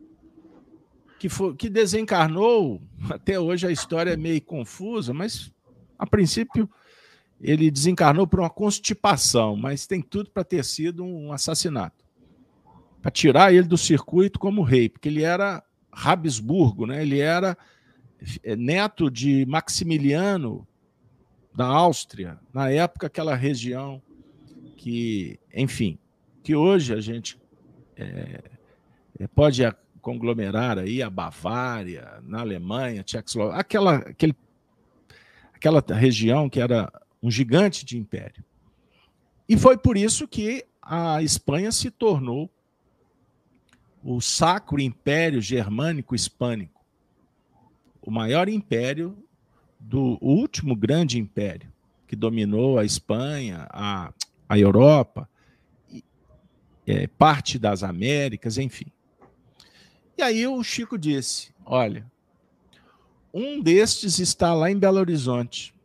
que desencarnou, até hoje a história é meio confusa, mas, a princípio, ele desencarnou por uma constipação, mas tem tudo para ter sido um assassinato. Para tirar ele do circuito como rei, porque ele era Habsburgo, né? Ele era neto de Maximiliano da Áustria, na época aquela região que, enfim, que hoje a gente pode conglomerar aí a Bavária, na Alemanha, Tchecoslováquia, aquela região que era um gigante de império. E foi por isso que a Espanha se tornou o Sacro Império Germânico Hispânico, o maior império o último grande império que dominou a Espanha, a Europa, parte das Américas, enfim. E aí o Chico disse, olha, um destes está lá em Belo Horizonte,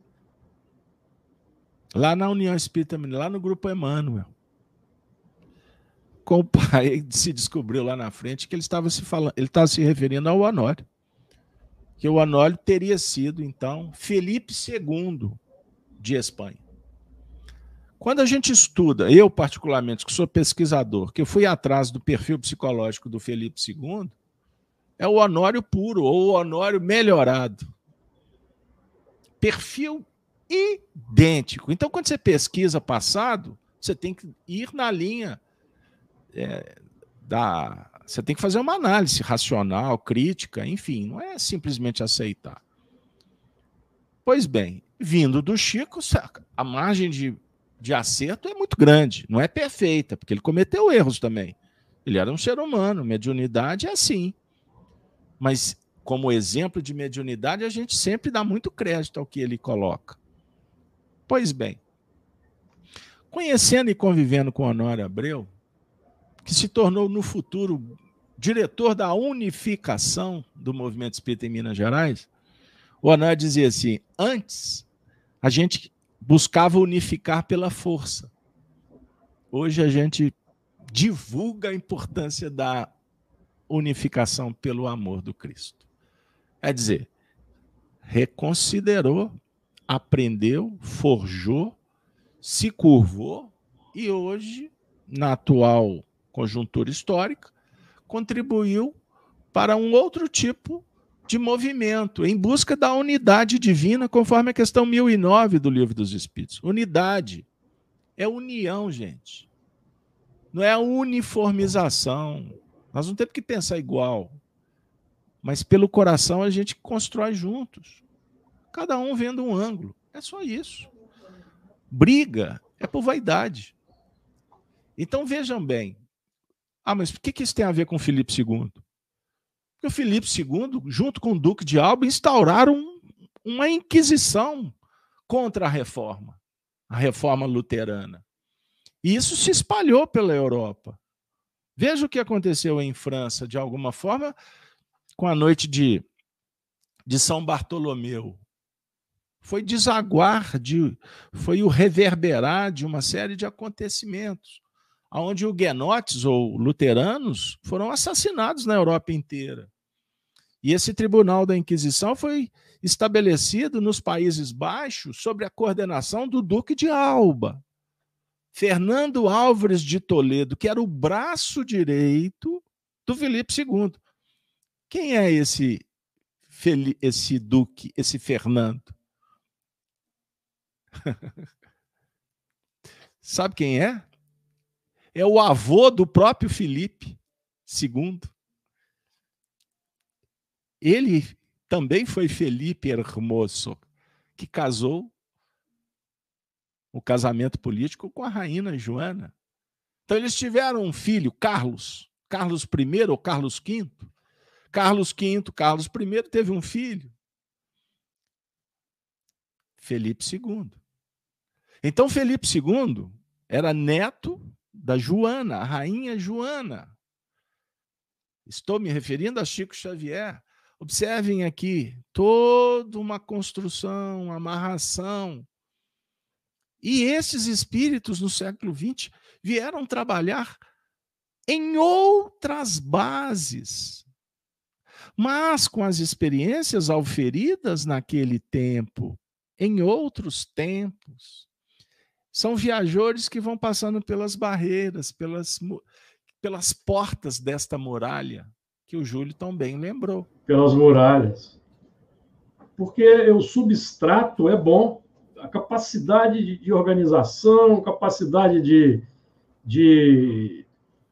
lá na União Espírita Mineira, lá no Grupo Emmanuel. Com o pai, se descobriu lá na frente que ele estava se referindo ao Honório. Que o Honório teria sido, então, Felipe II de Espanha. Quando a gente estuda, eu particularmente, que sou pesquisador, que eu fui atrás do perfil psicológico do Felipe II, é o Honório puro, ou o Honório melhorado. Perfil idêntico. Então, quando você pesquisa passado, você tem que ir na linha Você tem que fazer uma análise racional, crítica, enfim, não é simplesmente aceitar. Pois bem, vindo do Chico, a margem de acerto é muito grande, não é perfeita, porque ele cometeu erros também. Ele era um ser humano, mediunidade é assim. Mas, como exemplo de mediunidade, a gente sempre dá muito crédito ao que ele coloca. Pois bem, conhecendo e convivendo com Honório Abreu, que se tornou no futuro diretor da unificação do movimento espírita em Minas Gerais, o Honório dizia assim, antes a gente buscava unificar pela força. Hoje a gente divulga a importância da unificação pelo amor do Cristo. É dizer, reconsiderou, aprendeu, forjou, se curvou e hoje, na atual conjuntura histórica, contribuiu para um outro tipo de movimento, em busca da unidade divina, conforme a questão 1009 do Livro dos Espíritos. Unidade é união, gente. Não é a uniformização. Nós não temos que pensar igual, mas pelo coração a gente constrói juntos. Cada um vendo um ângulo. É só isso. Briga é por vaidade. Então vejam bem. Mas o que isso tem a ver com o Filipe II? Porque o Filipe II, junto com o Duque de Alba, instauraram uma inquisição contra a reforma luterana. E isso se espalhou pela Europa. Veja o que aconteceu em França, de alguma forma, com a noite de São Bartolomeu. Foi desaguar, foi o reverberar de uma série de acontecimentos, onde huguenotes ou luteranos foram assassinados na Europa inteira. E esse tribunal da Inquisição foi estabelecido nos Países Baixos sob a coordenação do Duque de Alba, Fernando Álvares de Toledo, que era o braço direito do Filipe II. Quem é esse Duque, esse Fernando? Sabe quem é? É o avô do próprio Filipe II. Ele também foi Felipe Hermoso, que casou o casamento político com a rainha Joana. Então eles tiveram um filho, Carlos I ou Carlos V. Carlos I teve um filho, Felipe II. Então Felipe II era neto da Joana, a rainha Joana. Estou me referindo a Chico Xavier. Observem aqui, toda uma construção, uma amarração. E esses espíritos no século XX vieram trabalhar em outras bases, mas com as experiências auferidas naquele tempo, em outros tempos. São viajores que vão passando pelas barreiras, pelas portas desta muralha, que o Júlio também lembrou. Pelas muralhas. Porque o substrato é bom, a capacidade de organização, capacidade de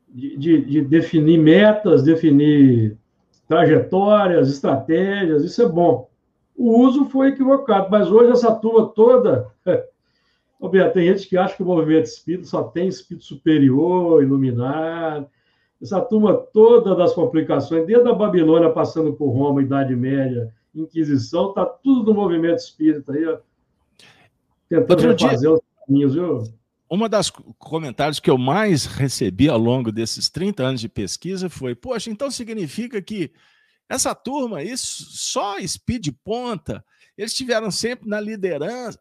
definir metas, definir trajetórias, estratégias, isso é bom. O uso foi equivocado, mas hoje essa turma toda... Tem gente que acha que o movimento espírita só tem espírito superior, iluminado. Essa turma toda das complicações, desde a Babilônia, passando por Roma, Idade Média, Inquisição, está tudo no movimento espírita aí, ó, tentando refazer os caminhos, viu? Uma das comentários que eu mais recebi ao longo desses 30 anos de pesquisa foi: poxa, então significa que essa turma, isso só speed ponta, eles estiveram sempre na liderança.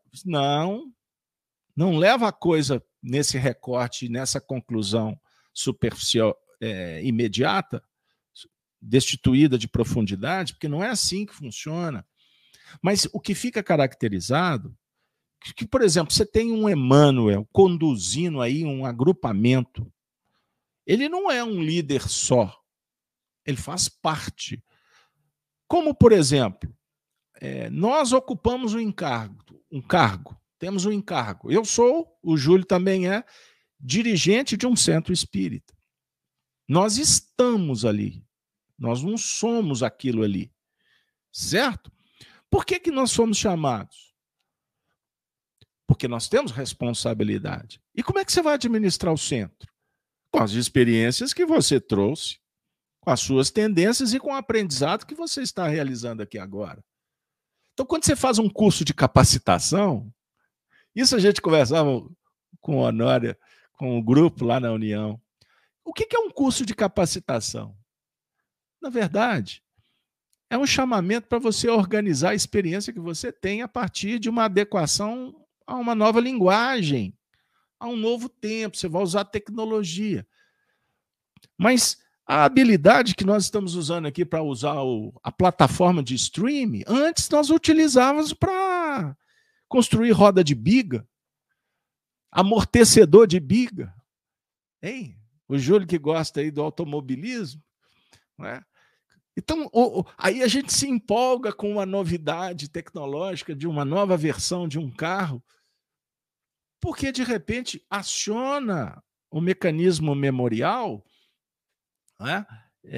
Não leva a coisa nesse recorte, nessa conclusão superficial, imediata, destituída de profundidade, porque não é assim que funciona. Mas o que fica caracterizado, que, por exemplo, você tem um Emmanuel conduzindo aí um agrupamento, ele não é um líder só, ele faz parte. Como, por exemplo, nós ocupamos um cargo, temos um encargo. Eu sou, o Júlio também é, dirigente de um centro espírita. Nós estamos ali. Nós não somos aquilo ali. Certo? Por que nós fomos chamados? Porque nós temos responsabilidade. E como é que você vai administrar o centro? Com as experiências que você trouxe, com as suas tendências e com o aprendizado que você está realizando aqui agora. Então, quando você faz um curso de capacitação, isso a gente conversava com o Honório, com o grupo lá na União. O que é um curso de capacitação? Na verdade, é um chamamento para você organizar a experiência que você tem a partir de uma adequação a uma nova linguagem, a um novo tempo. Você vai usar tecnologia. Mas a habilidade que nós estamos usando aqui para usar a plataforma de streaming, antes nós utilizávamos para construir roda de biga, amortecedor de biga. Hein? O Júlio que gosta aí do automobilismo, né? Então, aí a gente se empolga com uma novidade tecnológica de uma nova versão de um carro, porque de repente aciona o mecanismo memorial, né?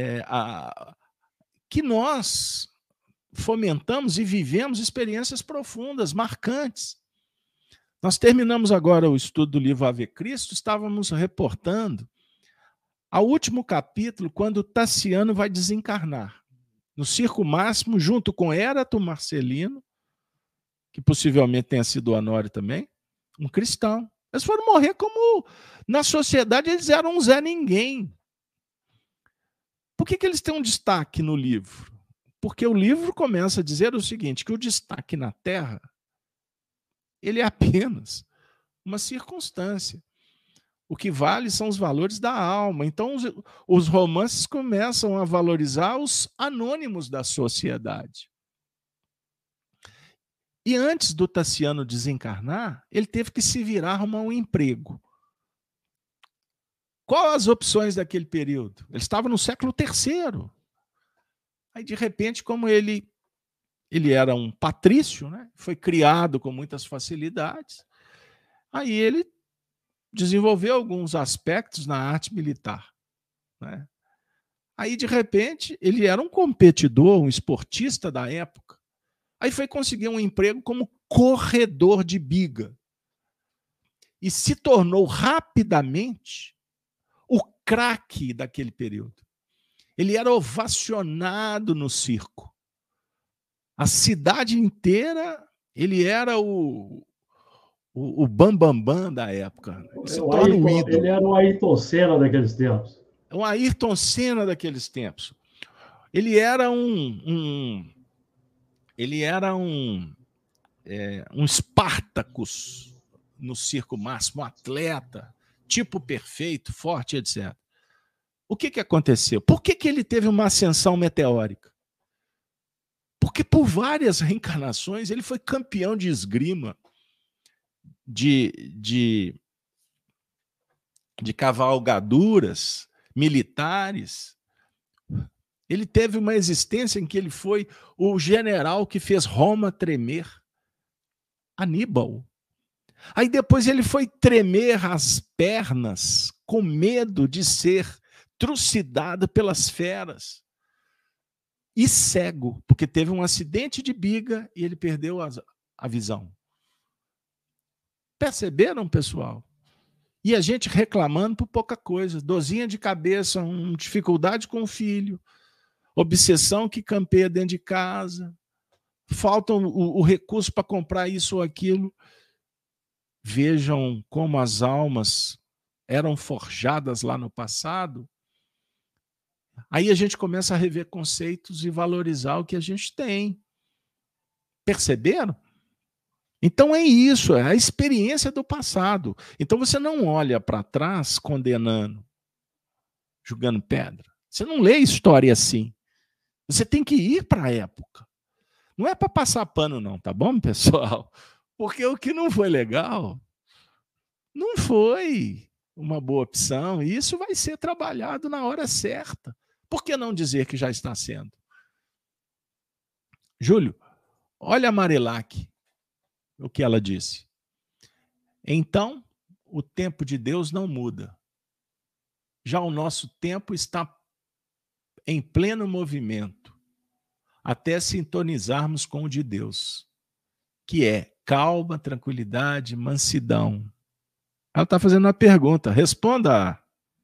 Que nós fomentamos e vivemos experiências profundas, marcantes. Nós terminamos agora o estudo do livro Ave Cristo, estávamos reportando ao último capítulo, quando Tassiano vai desencarnar, no Circo Máximo, junto com Érato Marcelino, que possivelmente tenha sido o Honório também, um cristão. Eles foram morrer como, na sociedade, eles eram um Zé Ninguém. Por que eles têm um destaque no livro? Porque o livro começa a dizer o seguinte, que o destaque na Terra, ele é apenas uma circunstância. O que vale são os valores da alma. Então, os romances começam a valorizar os anônimos da sociedade. E antes do Tassiano desencarnar, ele teve que se virar, arrumar um emprego. Quais as opções daquele período? Ele estava no século III. Aí, de repente, como ele era um patrício, né? Foi criado com muitas facilidades, aí ele desenvolveu alguns aspectos na arte militar, né? Aí, de repente, ele era um competidor, um esportista da época. Aí foi conseguir um emprego como corredor de biga. E se tornou rapidamente o craque daquele período. Ele era ovacionado no circo. A cidade inteira, ele era o bambambam da época. Ele se torna um ídolo. Ele era o Ayrton Senna daqueles tempos. O Ayrton Senna daqueles tempos. Ele era um Spartacus no circo máximo, um atleta, tipo perfeito, forte, etc. O que aconteceu? Por que ele teve uma ascensão meteórica? Porque por várias reencarnações ele foi campeão de esgrima, de cavalgaduras militares. Ele teve uma existência em que ele foi o general que fez Roma tremer, Aníbal. Aí depois ele foi tremer as pernas com medo de ser trucidado pelas feras. E cego, porque teve um acidente de biga e ele perdeu a visão. Perceberam, pessoal? E a gente reclamando por pouca coisa. Dorzinha de cabeça, dificuldade com o filho, obsessão que campeia dentro de casa, falta o recurso para comprar isso ou aquilo. Vejam como as almas eram forjadas lá no passado. Aí a gente começa a rever conceitos e valorizar o que a gente tem. Perceberam? Então é isso, é a experiência do passado. Então você não olha para trás condenando, jogando pedra. Você não lê história assim. Você tem que ir para a época. Não é para passar pano não, tá bom, pessoal? Porque o que não foi legal não foi uma boa opção. E isso vai ser trabalhado na hora certa. Por que não dizer que já está sendo? Júlio, olha a Marilac, o que ela disse. Então, o tempo de Deus não muda. Já o nosso tempo está em pleno movimento, até sintonizarmos com o de Deus, que é calma, tranquilidade, mansidão. Ela está fazendo uma pergunta. Responda.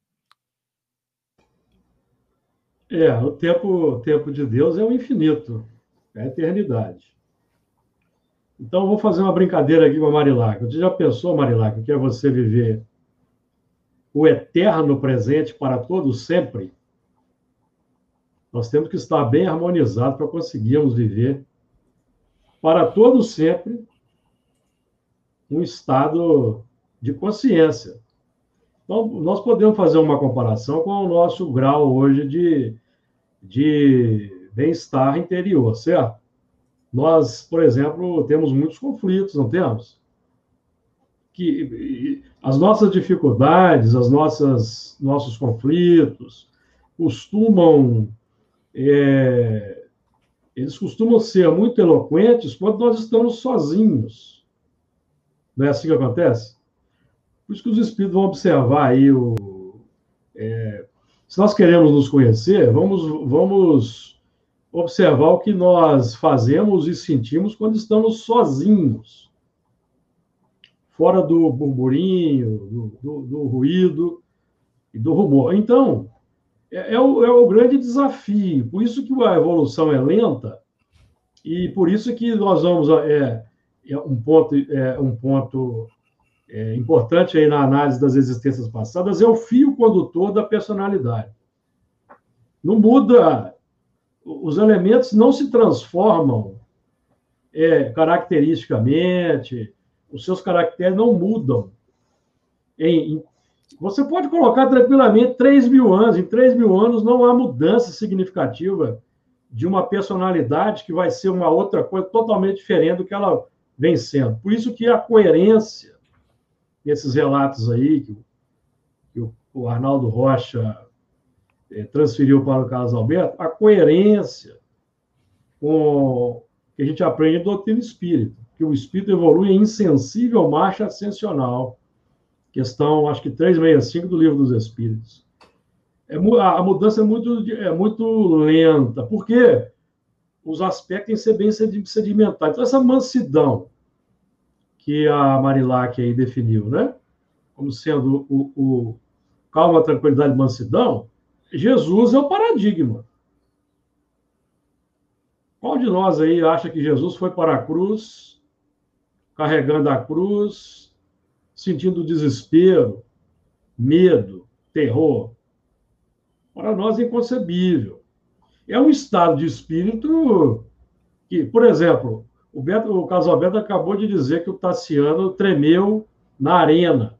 O tempo de Deus é o infinito, é a eternidade. Então, eu vou fazer uma brincadeira aqui com a Marilac. Você já pensou, Marilac, o que é você viver o eterno presente para todos sempre? Nós temos que estar bem harmonizados para conseguirmos viver para todos sempre um estado de consciência. Então, nós podemos fazer uma comparação com o nosso grau hoje de bem-estar interior, certo? Nós, por exemplo, temos muitos conflitos, não temos? As nossas dificuldades, nossos conflitos, eles costumam ser muito eloquentes quando nós estamos sozinhos. Não é assim que acontece? Por isso que os espíritos vão observar aí se nós queremos nos conhecer, vamos observar o que nós fazemos e sentimos quando estamos sozinhos, fora do burburinho, do ruído e do rumor. Então, é o grande desafio. Por isso que a evolução é lenta e por isso que nós vamos... um ponto importante aí na análise das existências passadas é o fio condutor da personalidade. Não muda os elementos não se transformam caracteristicamente, os seus caracteres não mudam. Você pode colocar tranquilamente 3.000 anos. Em 3.000 anos não há mudança significativa de uma personalidade que vai ser uma outra coisa totalmente diferente do que ela vem sendo. Por isso que a coerência nesses relatos aí, que o Arnaldo Rocha transferiu para o Carlos Alberto, a coerência com que a gente aprende em doutrina espírita, que o espírito evolui em insensível marcha ascensional. Questão, acho que 365 do Livro dos Espíritos. A mudança é muito lenta, porque os aspectos têm que ser bem sedimentados. Então, essa mansidão que a Marilac aí definiu, né? Como sendo o calma, tranquilidade e mansidão, Jesus é o paradigma. Qual de nós aí acha que Jesus foi para a cruz, carregando a cruz, sentindo desespero, medo, terror? Para nós é inconcebível. É um estado de espírito que, por exemplo, o Carlos Alberto acabou de dizer que o Tassiano tremeu na arena.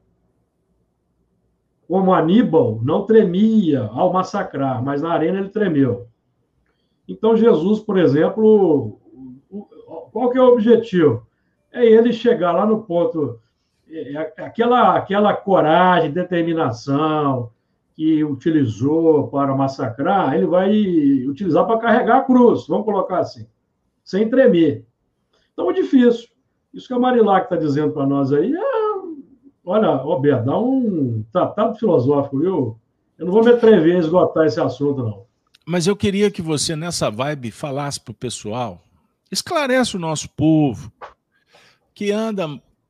Como Aníbal não tremia ao massacrar, mas na arena ele tremeu. Então, Jesus, por exemplo, qual que é o objetivo? É ele chegar lá no ponto, aquela coragem, determinação que utilizou para massacrar, ele vai utilizar para carregar a cruz, vamos colocar assim, sem tremer. Então, é difícil. Isso que a Marilac está dizendo para nós aí olha, Roberto, dá um tratado filosófico, viu? Eu não vou me atrever a esgotar esse assunto, não. Mas eu queria que você, nessa vibe, falasse para o pessoal, esclarece o nosso povo, que anda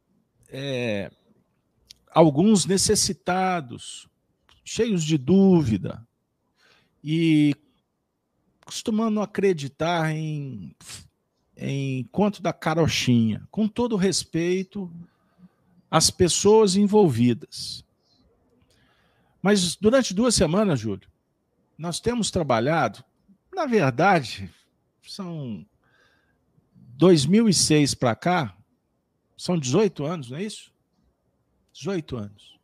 alguns necessitados, cheios de dúvida, e costumando acreditar em conto da carochinha, com todo respeito às pessoas envolvidas. Mas durante 2 semanas, Júlio, nós temos trabalhado, na verdade, são 2006 para cá, são 18 anos, não é isso? 18 anos.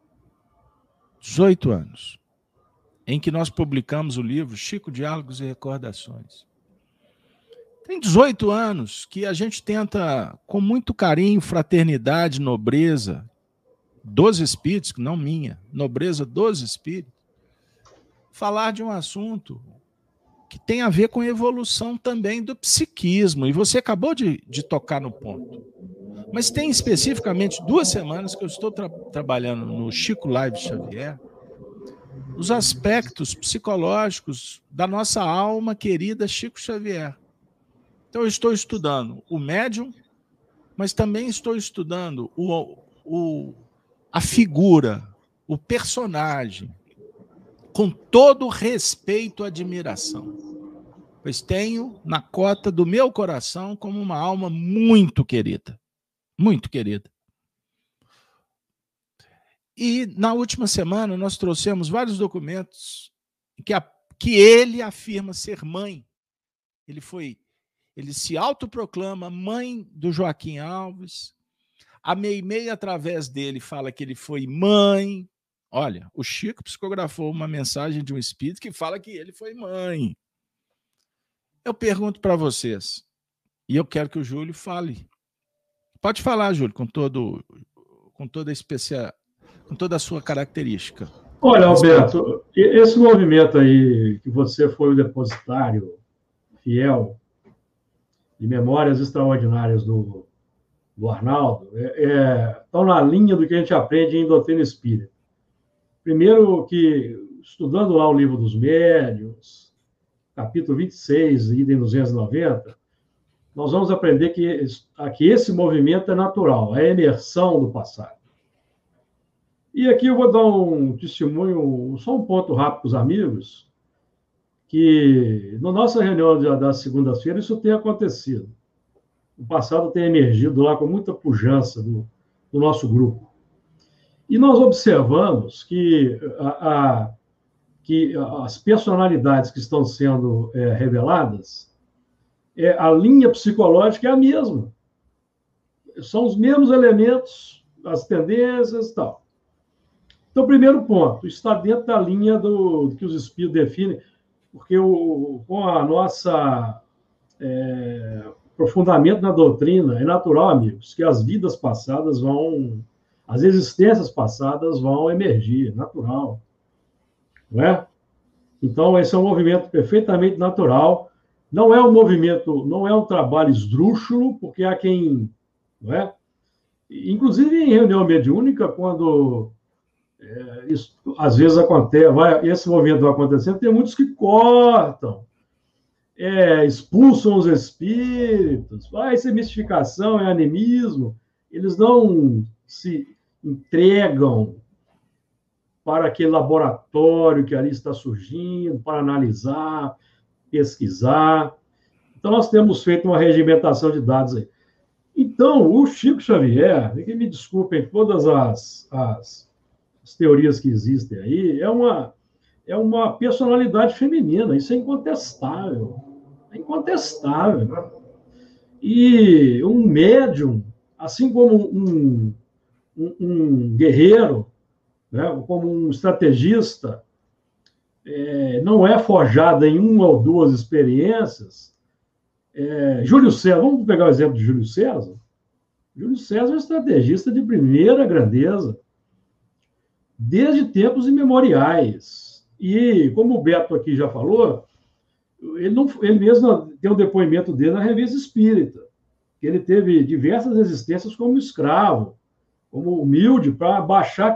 18 anos. Em que nós publicamos o livro Chico, Diálogos e Recordações. Tem 18 anos que a gente tenta, com muito carinho, fraternidade, nobreza, dos espíritos, não minha, nobreza dos espíritos, falar de um assunto que tem a ver com a evolução também do psiquismo. E você acabou de tocar no ponto. Mas tem especificamente 2 semanas que eu estou trabalhando no Chico Live Xavier, os aspectos psicológicos da nossa alma querida Chico Xavier. Então eu estou estudando o médium, mas também estou estudando a figura, o personagem, com todo respeito e admiração, pois tenho na cota do meu coração como uma alma muito querida. Muito querida. E na última semana nós trouxemos vários documentos que ele afirma ser mãe. Ele se autoproclama mãe do Joaquim Alves. A Meimei, através dele, fala que ele foi mãe. Olha, o Chico psicografou uma mensagem de um espírito que fala que ele foi mãe. Eu pergunto para vocês, e eu quero que o Júlio fale. Pode falar, Júlio, com toda a sua característica. Olha, Alberto, esse movimento aí, que você foi o depositário fiel de Memórias Extraordinárias do Arnaldo, estão na linha do que a gente aprende em doutrina espírita. Primeiro que, estudando lá o Livro dos Médiuns, capítulo 26, item 290, nós vamos aprender que esse movimento é natural, é a emersão do passado. E aqui eu vou dar um testemunho, só um ponto rápido para os amigos, que na nossa reunião da segunda-feira isso tem acontecido. O passado tem emergido lá com muita pujança do nosso grupo. E nós observamos que que as personalidades que estão sendo reveladas, a linha psicológica é a mesma. São os mesmos elementos, as tendências e tal. Então, primeiro ponto, está dentro da linha do que os espíritos definem, porque com a nossa aprofundamento na doutrina, é natural, amigos, que as vidas passadas as existências passadas vão emergir, é natural. Não é? Então, esse é um movimento perfeitamente natural. Não é um movimento, não é um trabalho esdrúxulo, porque há quem, não é? Inclusive em reunião mediúnica, quando isso às vezes acontece, esse movimento vai acontecendo, tem muitos que cortam, expulsam os espíritos, isso é mistificação, é animismo. Eles não se entregam para aquele laboratório que ali está surgindo, para analisar, pesquisar. Então, nós temos feito uma regimentação de dados aí. Então, o Chico Xavier, que me desculpem todas as teorias que existem aí, é uma personalidade feminina, isso é incontestável. É incontestável. E um médium, assim como um guerreiro, né, como um estrategista, não é forjado em uma ou duas experiências. Júlio César, vamos pegar o exemplo de Júlio César? Júlio César é um estrategista de primeira grandeza, desde tempos imemoriais. E, como o Beto aqui já falou, ele mesmo tem um depoimento dele na Revista Espírita, que ele teve diversas existências como escravo, como humilde, para baixar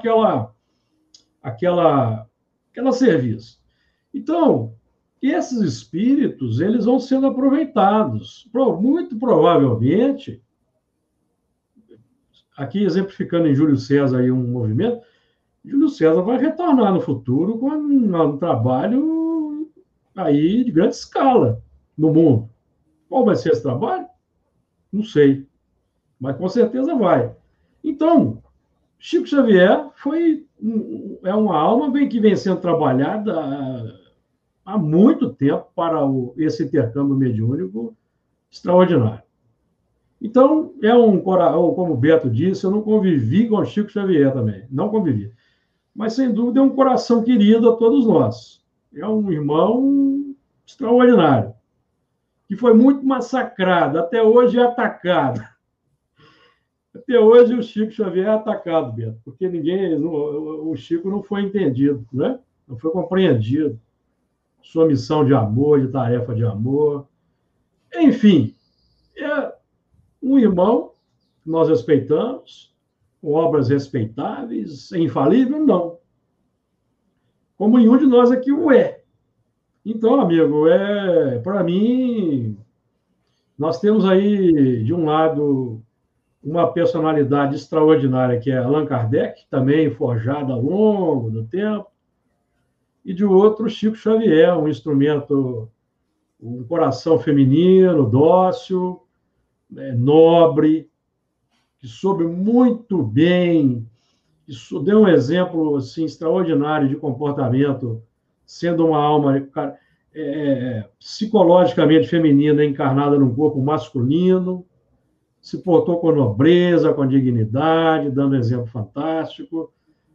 aquela serviço. Então, esses espíritos, eles vão sendo aproveitados. Muito provavelmente, aqui exemplificando em Júlio César aí um movimento, Júlio César vai retornar no futuro com um trabalho aí de grande escala no mundo. Qual vai ser esse trabalho? Não sei, mas com certeza vai. Então, Chico Xavier é uma alma que vem sendo trabalhada há muito tempo para esse intercâmbio mediúnico extraordinário. Então, como o Beto disse, eu não convivi com o Chico Xavier também, não convivi. Mas, sem dúvida, é um coração querido a todos nós. É um irmão extraordinário, que foi muito massacrado, até hoje é atacado. Até hoje o Chico Xavier é atacado, Beto, porque o Chico não foi entendido, né? Não foi compreendido. Sua missão de amor, de tarefa de amor. Enfim, é um irmão que nós respeitamos, com obras respeitáveis, é infalível? Não. Como nenhum de nós aqui o é. Então, amigo, para mim, nós temos aí, de um lado, uma personalidade extraordinária, que é Allan Kardec, também forjada ao longo do tempo, e de outro, Chico Xavier, um instrumento, um coração feminino, dócil, nobre, que soube muito bem, que deu um exemplo assim, extraordinário de comportamento, sendo uma alma psicologicamente feminina encarnada num corpo masculino, se portou com nobreza, com dignidade, dando um exemplo fantástico.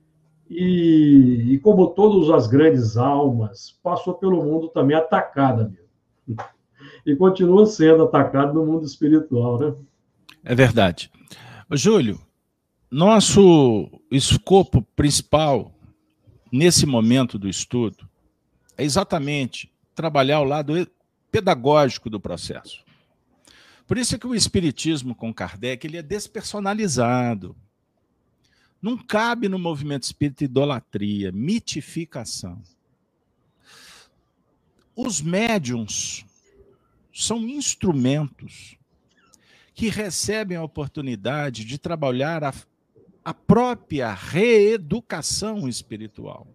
E como todas as grandes almas, passou pelo mundo também atacada mesmo. E continua sendo atacado no mundo espiritual, né? É verdade. Júlio, nosso escopo principal nesse momento do estudo é exatamente trabalhar o lado pedagógico do processo. Por isso é que o espiritismo com Kardec ele é despersonalizado. Não cabe no movimento espírita idolatria, mitificação. Os médiuns são instrumentos que recebem a oportunidade de trabalhar a própria reeducação espiritual.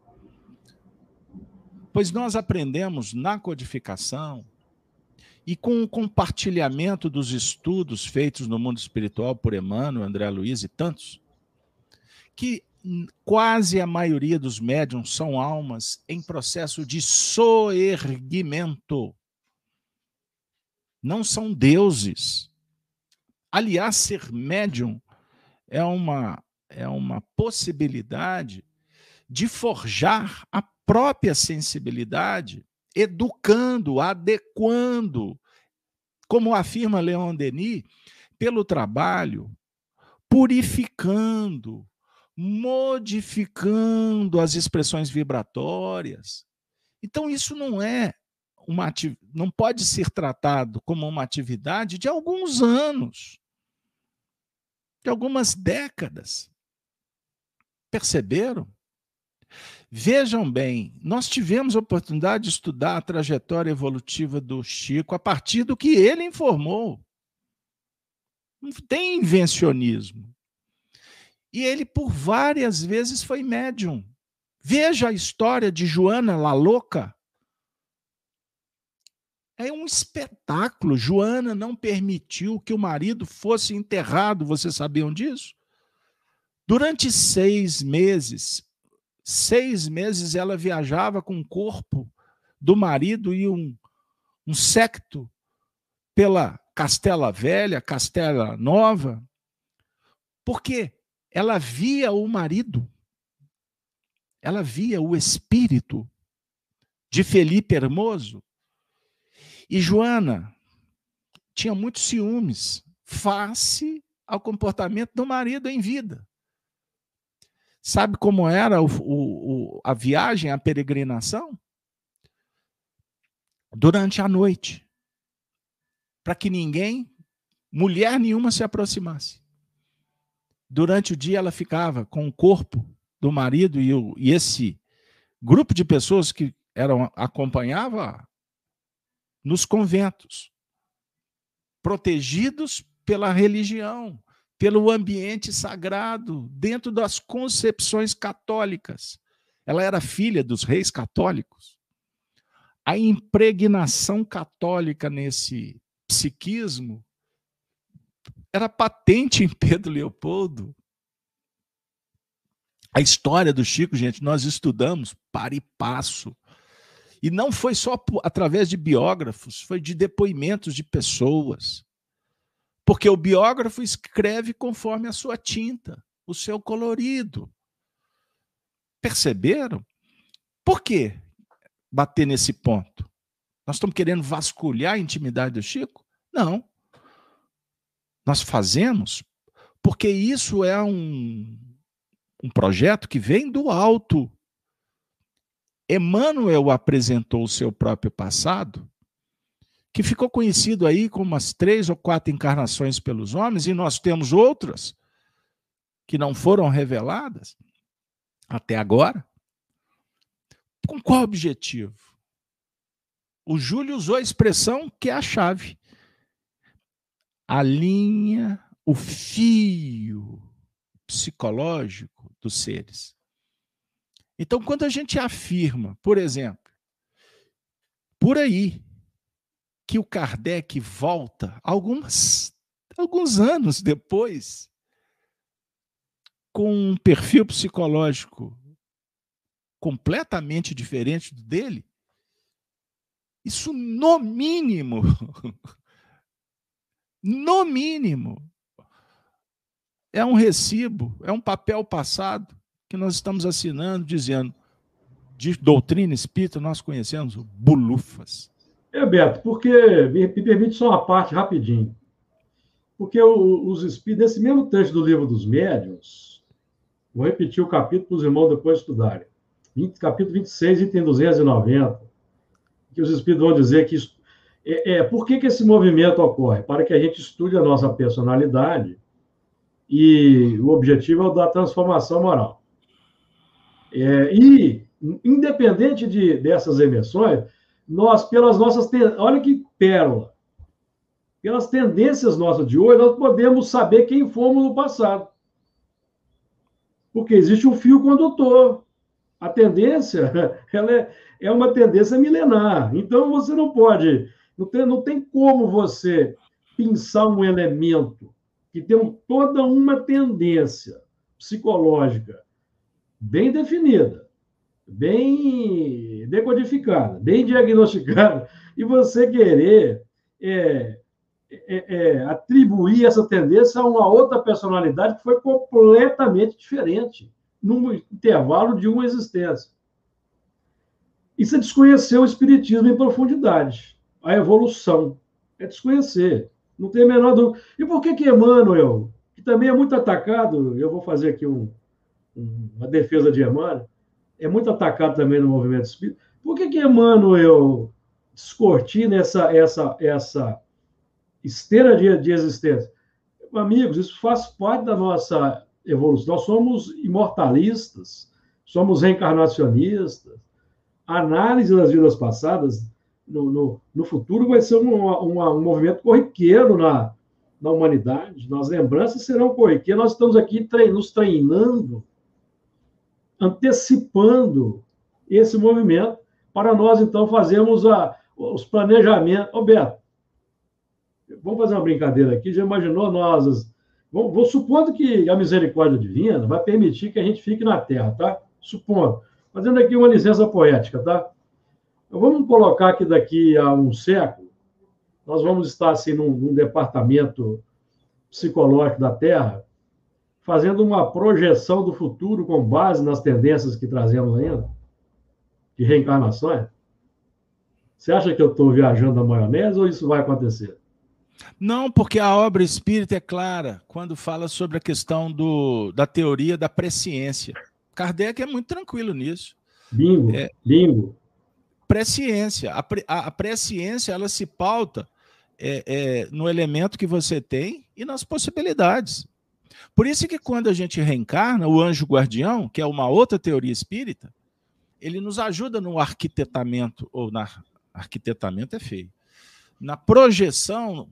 Pois nós aprendemos na codificação e com o compartilhamento dos estudos feitos no mundo espiritual por Emmanuel, André Luiz e tantos, que quase a maioria dos médiums são almas em processo de soerguimento. Não são deuses. Aliás, ser médium é uma possibilidade de forjar a própria sensibilidade, educando, adequando, como afirma Leon Denis, pelo trabalho, purificando, modificando as expressões vibratórias. Então, isso não pode ser tratado como uma atividade de alguns anos, de algumas décadas. Perceberam? Vejam bem, nós tivemos a oportunidade de estudar a trajetória evolutiva do Chico a partir do que ele informou. Não tem invencionismo. E ele, por várias vezes, foi médium. Veja a história de Joana La Louca. É um espetáculo. Joana não permitiu que o marido fosse enterrado. Vocês sabiam disso? Durante 6 meses, ela viajava com o corpo do marido e um séquito pela Castela Velha, Castela Nova, porque ela via o marido, ela via o espírito de Felipe Hermoso. E Joana tinha muitos ciúmes face ao comportamento do marido em vida. Sabe como era a viagem, a peregrinação? Durante a noite, para que mulher nenhuma se aproximasse. Durante o dia ela ficava com o corpo do marido e esse grupo de pessoas que acompanhava nos conventos, protegidos pela religião, pelo ambiente sagrado, dentro das concepções católicas. Ela era filha dos reis católicos. A impregnação católica nesse psiquismo era patente em Pedro Leopoldo. A história do Chico, gente, nós estudamos para e passo. E não foi só através de biógrafos, foi de depoimentos de pessoas. Porque o biógrafo escreve conforme a sua tinta, o seu colorido. Perceberam? Por que bater nesse ponto? Nós estamos querendo vasculhar a intimidade do Chico? Não. Nós fazemos porque isso é um projeto que vem do alto. Emmanuel apresentou o seu próprio passado, que ficou conhecido aí como umas 3 ou 4 encarnações pelos homens, e nós temos outras que não foram reveladas até agora. Com qual objetivo? O Júlio usou a expressão que é a chave. A linha, o fio psicológico dos seres. Então, quando a gente afirma, por exemplo, por aí, que o Kardec volta alguns anos depois, com um perfil psicológico completamente diferente do dele, isso no mínimo, é um recibo, é um papel passado que nós estamos assinando, dizendo, de doutrina espírita, nós conhecemos o bulufas. Beto, porque, me permite só uma parte rapidinho, porque os espíritos, nesse mesmo texto do Livro dos Médiuns, vou repetir o capítulo para os irmãos depois estudarem, capítulo 26, item 290, que os espíritos vão dizer que por que esse movimento ocorre? Para que a gente estude a nossa personalidade, e o objetivo é o da transformação moral. E, independente dessas emersões, nós, pelas nossas... Olha que pérola! Pelas tendências nossas de hoje, nós podemos saber quem fomos no passado. Porque existe um fio condutor. A tendência, ela é uma tendência milenar. Então, você não pode... Não tem como você pensar um elemento que tem toda uma tendência psicológica bem definida, bem decodificada, bem diagnosticada, e você querer atribuir essa tendência a uma outra personalidade que foi completamente diferente, num intervalo de uma existência. Isso é desconhecer o espiritismo em profundidade, a evolução. É desconhecer, não tem a menor dúvida. E por que Emmanuel, que também é muito atacado, eu vou fazer aqui uma defesa de Emmanuel, é muito atacado também no movimento espírita, por que Emmanuel descortina essa esteira de existência? Amigos, isso faz parte da nossa evolução. Nós somos imortalistas, somos reencarnacionistas. A análise das vidas passadas no futuro vai ser um movimento corriqueiro na humanidade. As lembranças serão corriqueiras. Nós estamos aqui nos treinando, antecipando esse movimento para nós, então, fazermos os planejamentos. Roberto, vamos fazer uma brincadeira aqui. Já imaginou nós... Vou supondo que a misericórdia divina vai permitir que a gente fique na Terra, tá? Supondo. Fazendo aqui uma licença poética, tá? Então, vamos colocar que daqui a um século nós vamos estar assim num departamento psicológico da Terra, fazendo uma projeção do futuro com base nas tendências que trazemos ainda, de reencarnações. Você acha que eu estou viajando na maionese ou isso vai acontecer? Não, porque a obra espírita é clara quando fala sobre a questão da teoria da presciência. Kardec é muito tranquilo nisso. Bingo, bingo. Presciência. A presciência, ela se pauta no elemento que você tem e nas possibilidades. Por isso que quando a gente reencarna, o anjo guardião, que é uma outra teoria espírita, ele nos ajuda no arquitetamento, ou arquitetamento é feio, na projeção,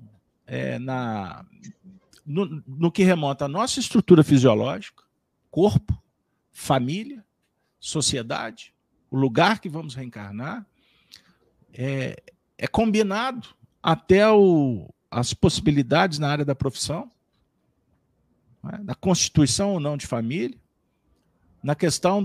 no que remonta à nossa estrutura fisiológica, corpo, família, sociedade, o lugar que vamos reencarnar, é combinado até as possibilidades na área da profissão, da constituição ou não de família, na questão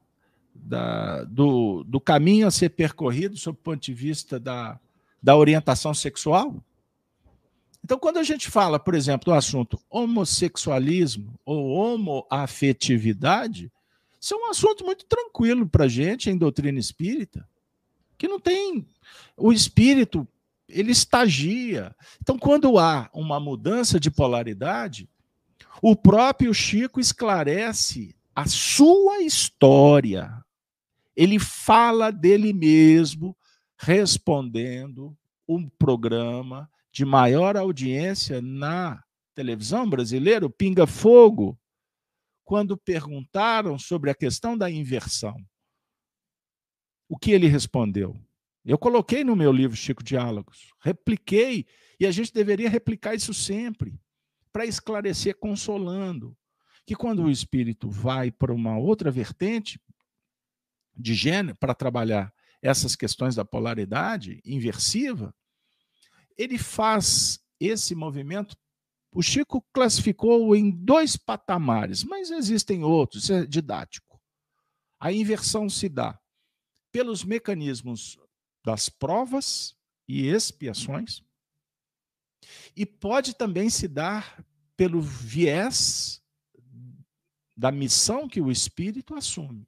do caminho a ser percorrido sob o ponto de vista da orientação sexual. Então, quando a gente fala, por exemplo, do assunto homossexualismo ou homoafetividade, isso é um assunto muito tranquilo para a gente em doutrina espírita, que não tem... O espírito, ele estagia. Então, quando há uma mudança de polaridade, o próprio Chico esclarece a sua história. Ele fala dele mesmo, respondendo um programa de maior audiência na televisão brasileira, o Pinga Fogo, quando perguntaram sobre a questão da inversão. O que ele respondeu? Eu coloquei no meu livro Chico Diálogos, repliquei, e a gente deveria replicar isso sempre, para esclarecer, consolando, que quando o espírito vai para uma outra vertente de gênero, para trabalhar essas questões da polaridade inversiva, ele faz esse movimento. O Chico classificou em 2 patamares, mas existem outros, isso é didático. A inversão se dá pelos mecanismos das provas e expiações, e pode também se dar pelo viés da missão que o espírito assume.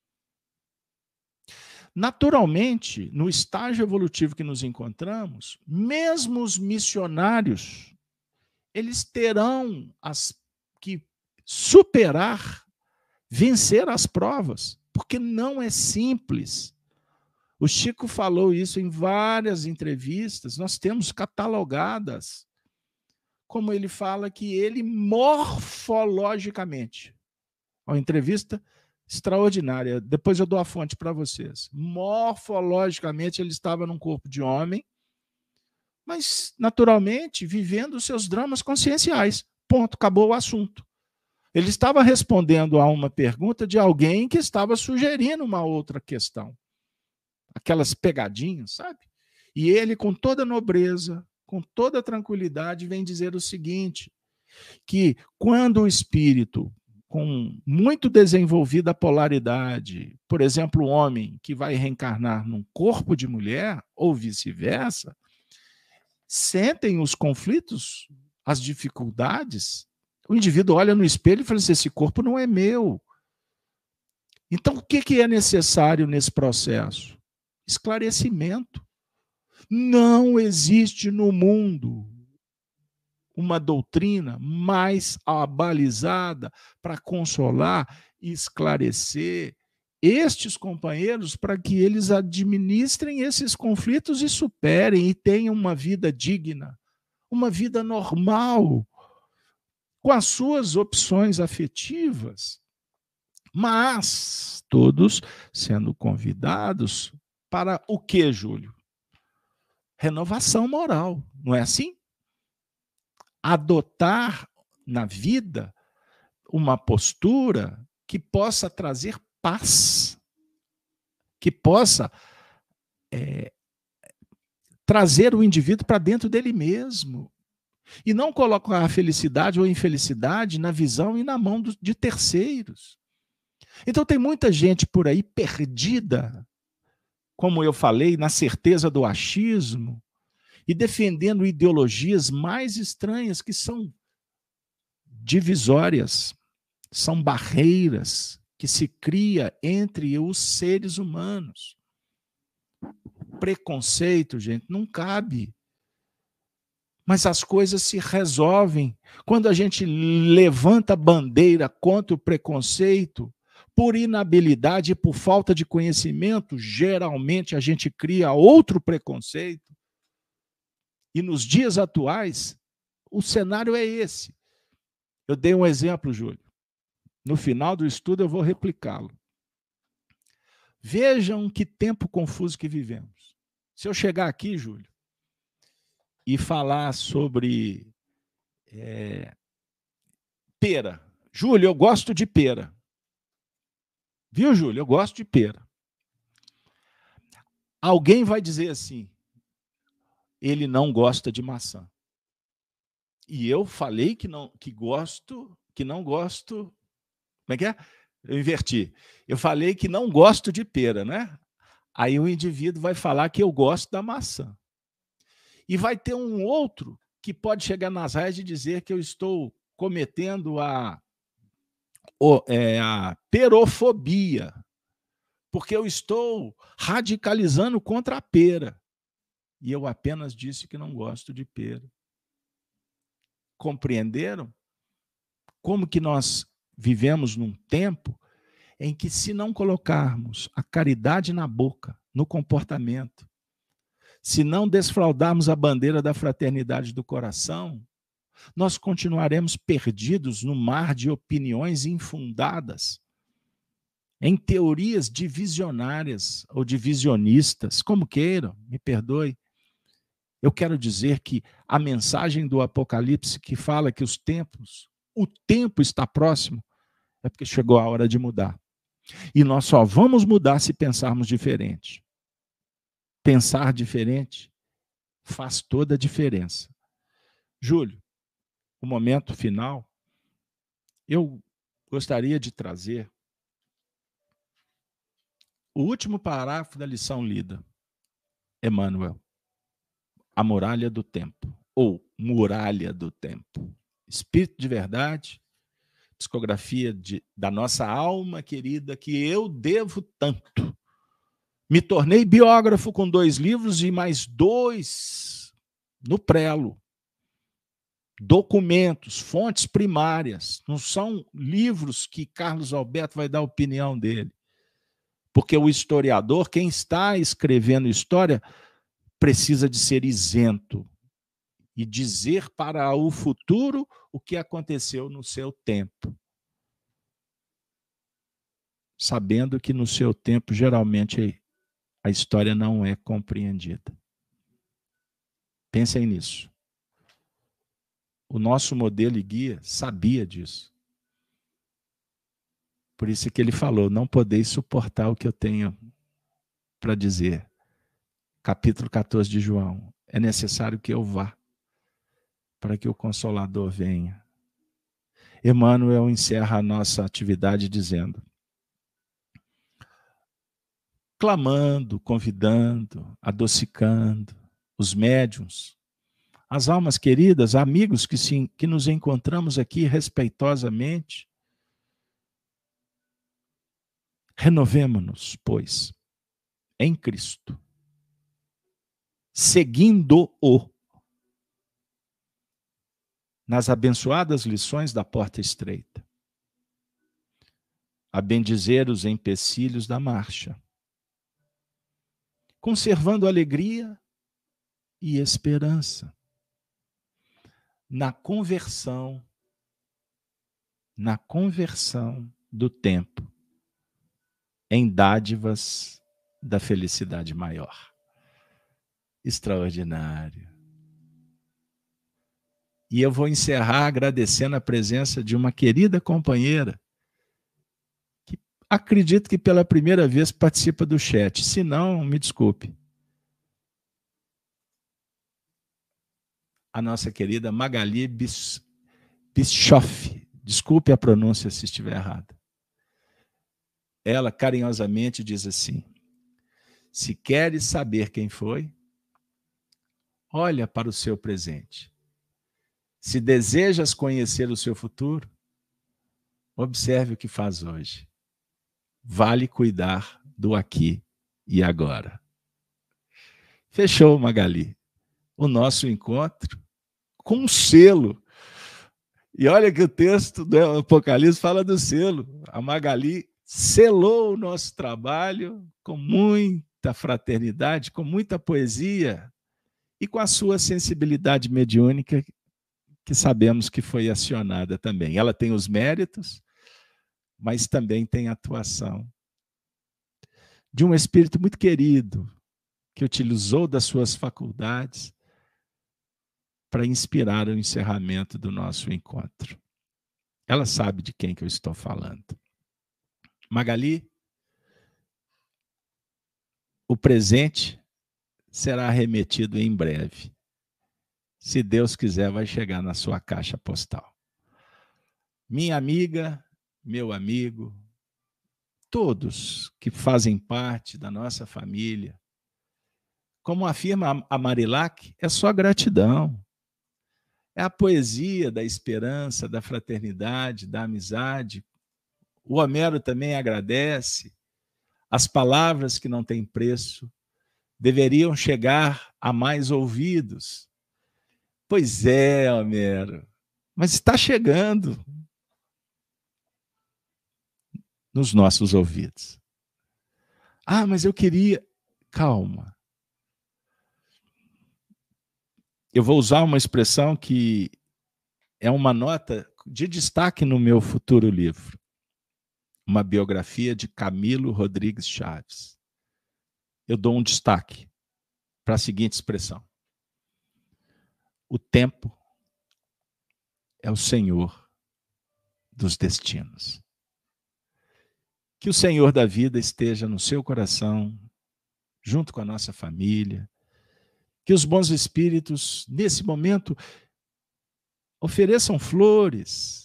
Naturalmente, no estágio evolutivo que nos encontramos, mesmo os missionários, eles terão que superar, vencer as provas, porque não é simples. O Chico falou isso em várias entrevistas, nós temos catalogadas, como ele fala que ele morfologicamente, uma entrevista extraordinária, depois eu dou a fonte para vocês, morfologicamente ele estava num corpo de homem, mas naturalmente vivendo os seus dramas conscienciais, ponto, acabou o assunto. Ele estava respondendo a uma pergunta de alguém que estava sugerindo uma outra questão, aquelas pegadinhas, sabe? E ele, com toda nobreza, com toda tranquilidade, vem dizer o seguinte, que quando o espírito, com muito desenvolvida polaridade, por exemplo, o homem que vai reencarnar num corpo de mulher, ou vice-versa, sentem os conflitos, as dificuldades. O indivíduo olha no espelho e fala assim: esse corpo não é meu. Então, o que é necessário nesse processo? Esclarecimento. Não existe no mundo uma doutrina mais abalizada para consolar e esclarecer estes companheiros para que eles administrem esses conflitos e superem e tenham uma vida digna, uma vida normal, com as suas opções afetivas, mas todos sendo convidados para o quê, Júlio? Renovação moral, não é assim? Adotar na vida uma postura que possa trazer paz, que possa trazer o indivíduo para dentro dele mesmo, e não colocar a felicidade ou infelicidade na visão e na mão de terceiros. Então tem muita gente por aí perdida, como eu falei, na certeza do achismo, e defendendo ideologias mais estranhas que são divisórias, são barreiras que se cria entre os seres humanos. Preconceito, gente, não cabe. Mas as coisas se resolvem quando a gente levanta a bandeira contra o preconceito. Por inabilidade e por falta de conhecimento, geralmente a gente cria outro preconceito. E nos dias atuais, o cenário é esse. Eu dei um exemplo, Júlio. No final do estudo eu vou replicá-lo. Vejam que tempo confuso que vivemos. Se eu chegar aqui, Júlio, e falar sobre pera. Júlio, eu gosto de pera. Viu, Júlio? Eu gosto de pera. Alguém vai dizer assim: ele não gosta de maçã. E eu falei que não gosto. Como é que é? Eu inverti. Eu falei que não gosto de pera, né? Aí o indivíduo vai falar que eu gosto da maçã. E vai ter um outro que pode chegar nas redes e dizer que eu estou cometendo a perofobia, porque eu estou radicalizando contra a pera. E eu apenas disse que não gosto de pera. Compreenderam? Como que nós vivemos num tempo em que, se não colocarmos a caridade na boca, no comportamento, se não desfraldarmos a bandeira da fraternidade do coração, nós continuaremos perdidos no mar de opiniões infundadas, em teorias divisionárias ou divisionistas, como queiram, me perdoe. Eu quero dizer que a mensagem do Apocalipse que fala que o tempo está próximo, é porque chegou a hora de mudar. E nós só vamos mudar se pensarmos diferente. Pensar diferente faz toda a diferença. Júlio, o momento final, eu gostaria de trazer o último parágrafo da lição lida. Emmanuel, a muralha do tempo, ou muralha do tempo. Espírito de verdade, psicografia da nossa alma querida, que eu devo tanto. Me tornei biógrafo com 2 livros e mais 2 no prelo. Documentos, fontes primárias. Não são livros que Carlos Alberto vai dar a opinião dele. Porque o historiador, quem está escrevendo história, precisa de ser isento e dizer para o futuro o que aconteceu no seu tempo. Sabendo que no seu tempo, geralmente, a história não é compreendida. Pensem nisso. O nosso modelo e guia sabia disso. Por isso que ele falou: não podeis suportar o que eu tenho para dizer. Capítulo 14 de João. É necessário que eu vá, para que o Consolador venha. Emmanuel encerra a nossa atividade dizendo: clamando, convidando, adocicando os médiuns, as almas queridas, amigos que nos encontramos aqui respeitosamente. Renovemo-nos, pois, em Cristo, seguindo-o nas abençoadas lições da porta estreita, a bendizer os empecilhos da marcha, conservando alegria e esperança na conversão do tempo em dádivas da felicidade maior. Extraordinário. E eu vou encerrar agradecendo a presença de uma querida companheira que acredito que pela primeira vez participa do chat. Se não, me desculpe. A nossa querida Magali Bischoff. Desculpe a pronúncia se estiver errada. Ela carinhosamente diz assim: se queres saber quem foi, olha para o seu presente. Se desejas conhecer o seu futuro, observe o que faz hoje. Vale cuidar do aqui e agora. Fechou, Magali, o nosso encontro com um selo. E olha que o texto do Apocalipse fala do selo. A Magali selou o nosso trabalho com muita fraternidade, com muita poesia e com a sua sensibilidade mediúnica, que sabemos que foi acionada também. Ela tem os méritos, mas também tem a atuação de um espírito muito querido, que utilizou das suas faculdades para inspirar o encerramento do nosso encontro. Ela sabe de quem que eu estou falando. Magali, o presente será remetido em breve. Se Deus quiser, vai chegar na sua caixa postal. Minha amiga, meu amigo, todos que fazem parte da nossa família, como afirma a Marilac, é só gratidão. É a poesia da esperança, da fraternidade, da amizade. O Homero também agradece. As palavras que não têm preço deveriam chegar a mais ouvidos. Pois é, Homero, mas está chegando nos nossos ouvidos. Ah, mas eu queria... Calma. Eu vou usar uma expressão que é uma nota de destaque no meu futuro livro. Uma biografia de Camilo Rodrigues Chaves. Eu dou um destaque para a seguinte expressão: o tempo é o senhor dos destinos. Que o Senhor da vida esteja no seu coração, junto com a nossa família. Que os bons espíritos, nesse momento, ofereçam flores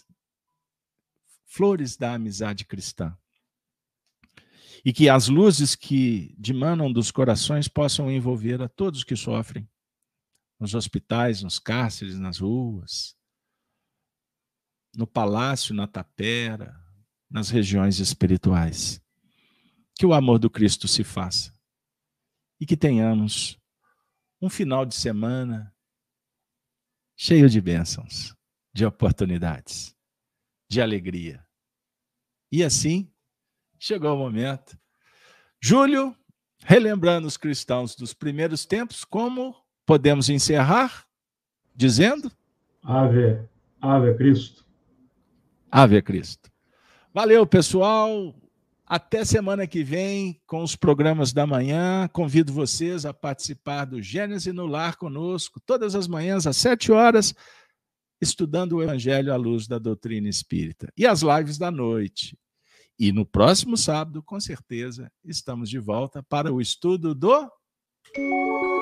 da amizade cristã. E que as luzes que dimanam dos corações possam envolver a todos que sofrem, nos hospitais, nos cárceres, nas ruas, no palácio, na tapera, nas regiões espirituais. Que o amor do Cristo se faça e que tenhamos um final de semana cheio de bênçãos, de oportunidades, de alegria. E assim, chegou o momento. Júlio, relembrando os cristãos dos primeiros tempos, como podemos encerrar dizendo? Ave Cristo. Ave Cristo. Valeu, pessoal. Até semana que vem com os programas da manhã. Convido vocês a participar do Gênese no Lar conosco, todas as manhãs às 7 horas, estudando o Evangelho à luz da doutrina espírita. E as lives da noite. E no próximo sábado, com certeza, estamos de volta para o estudo do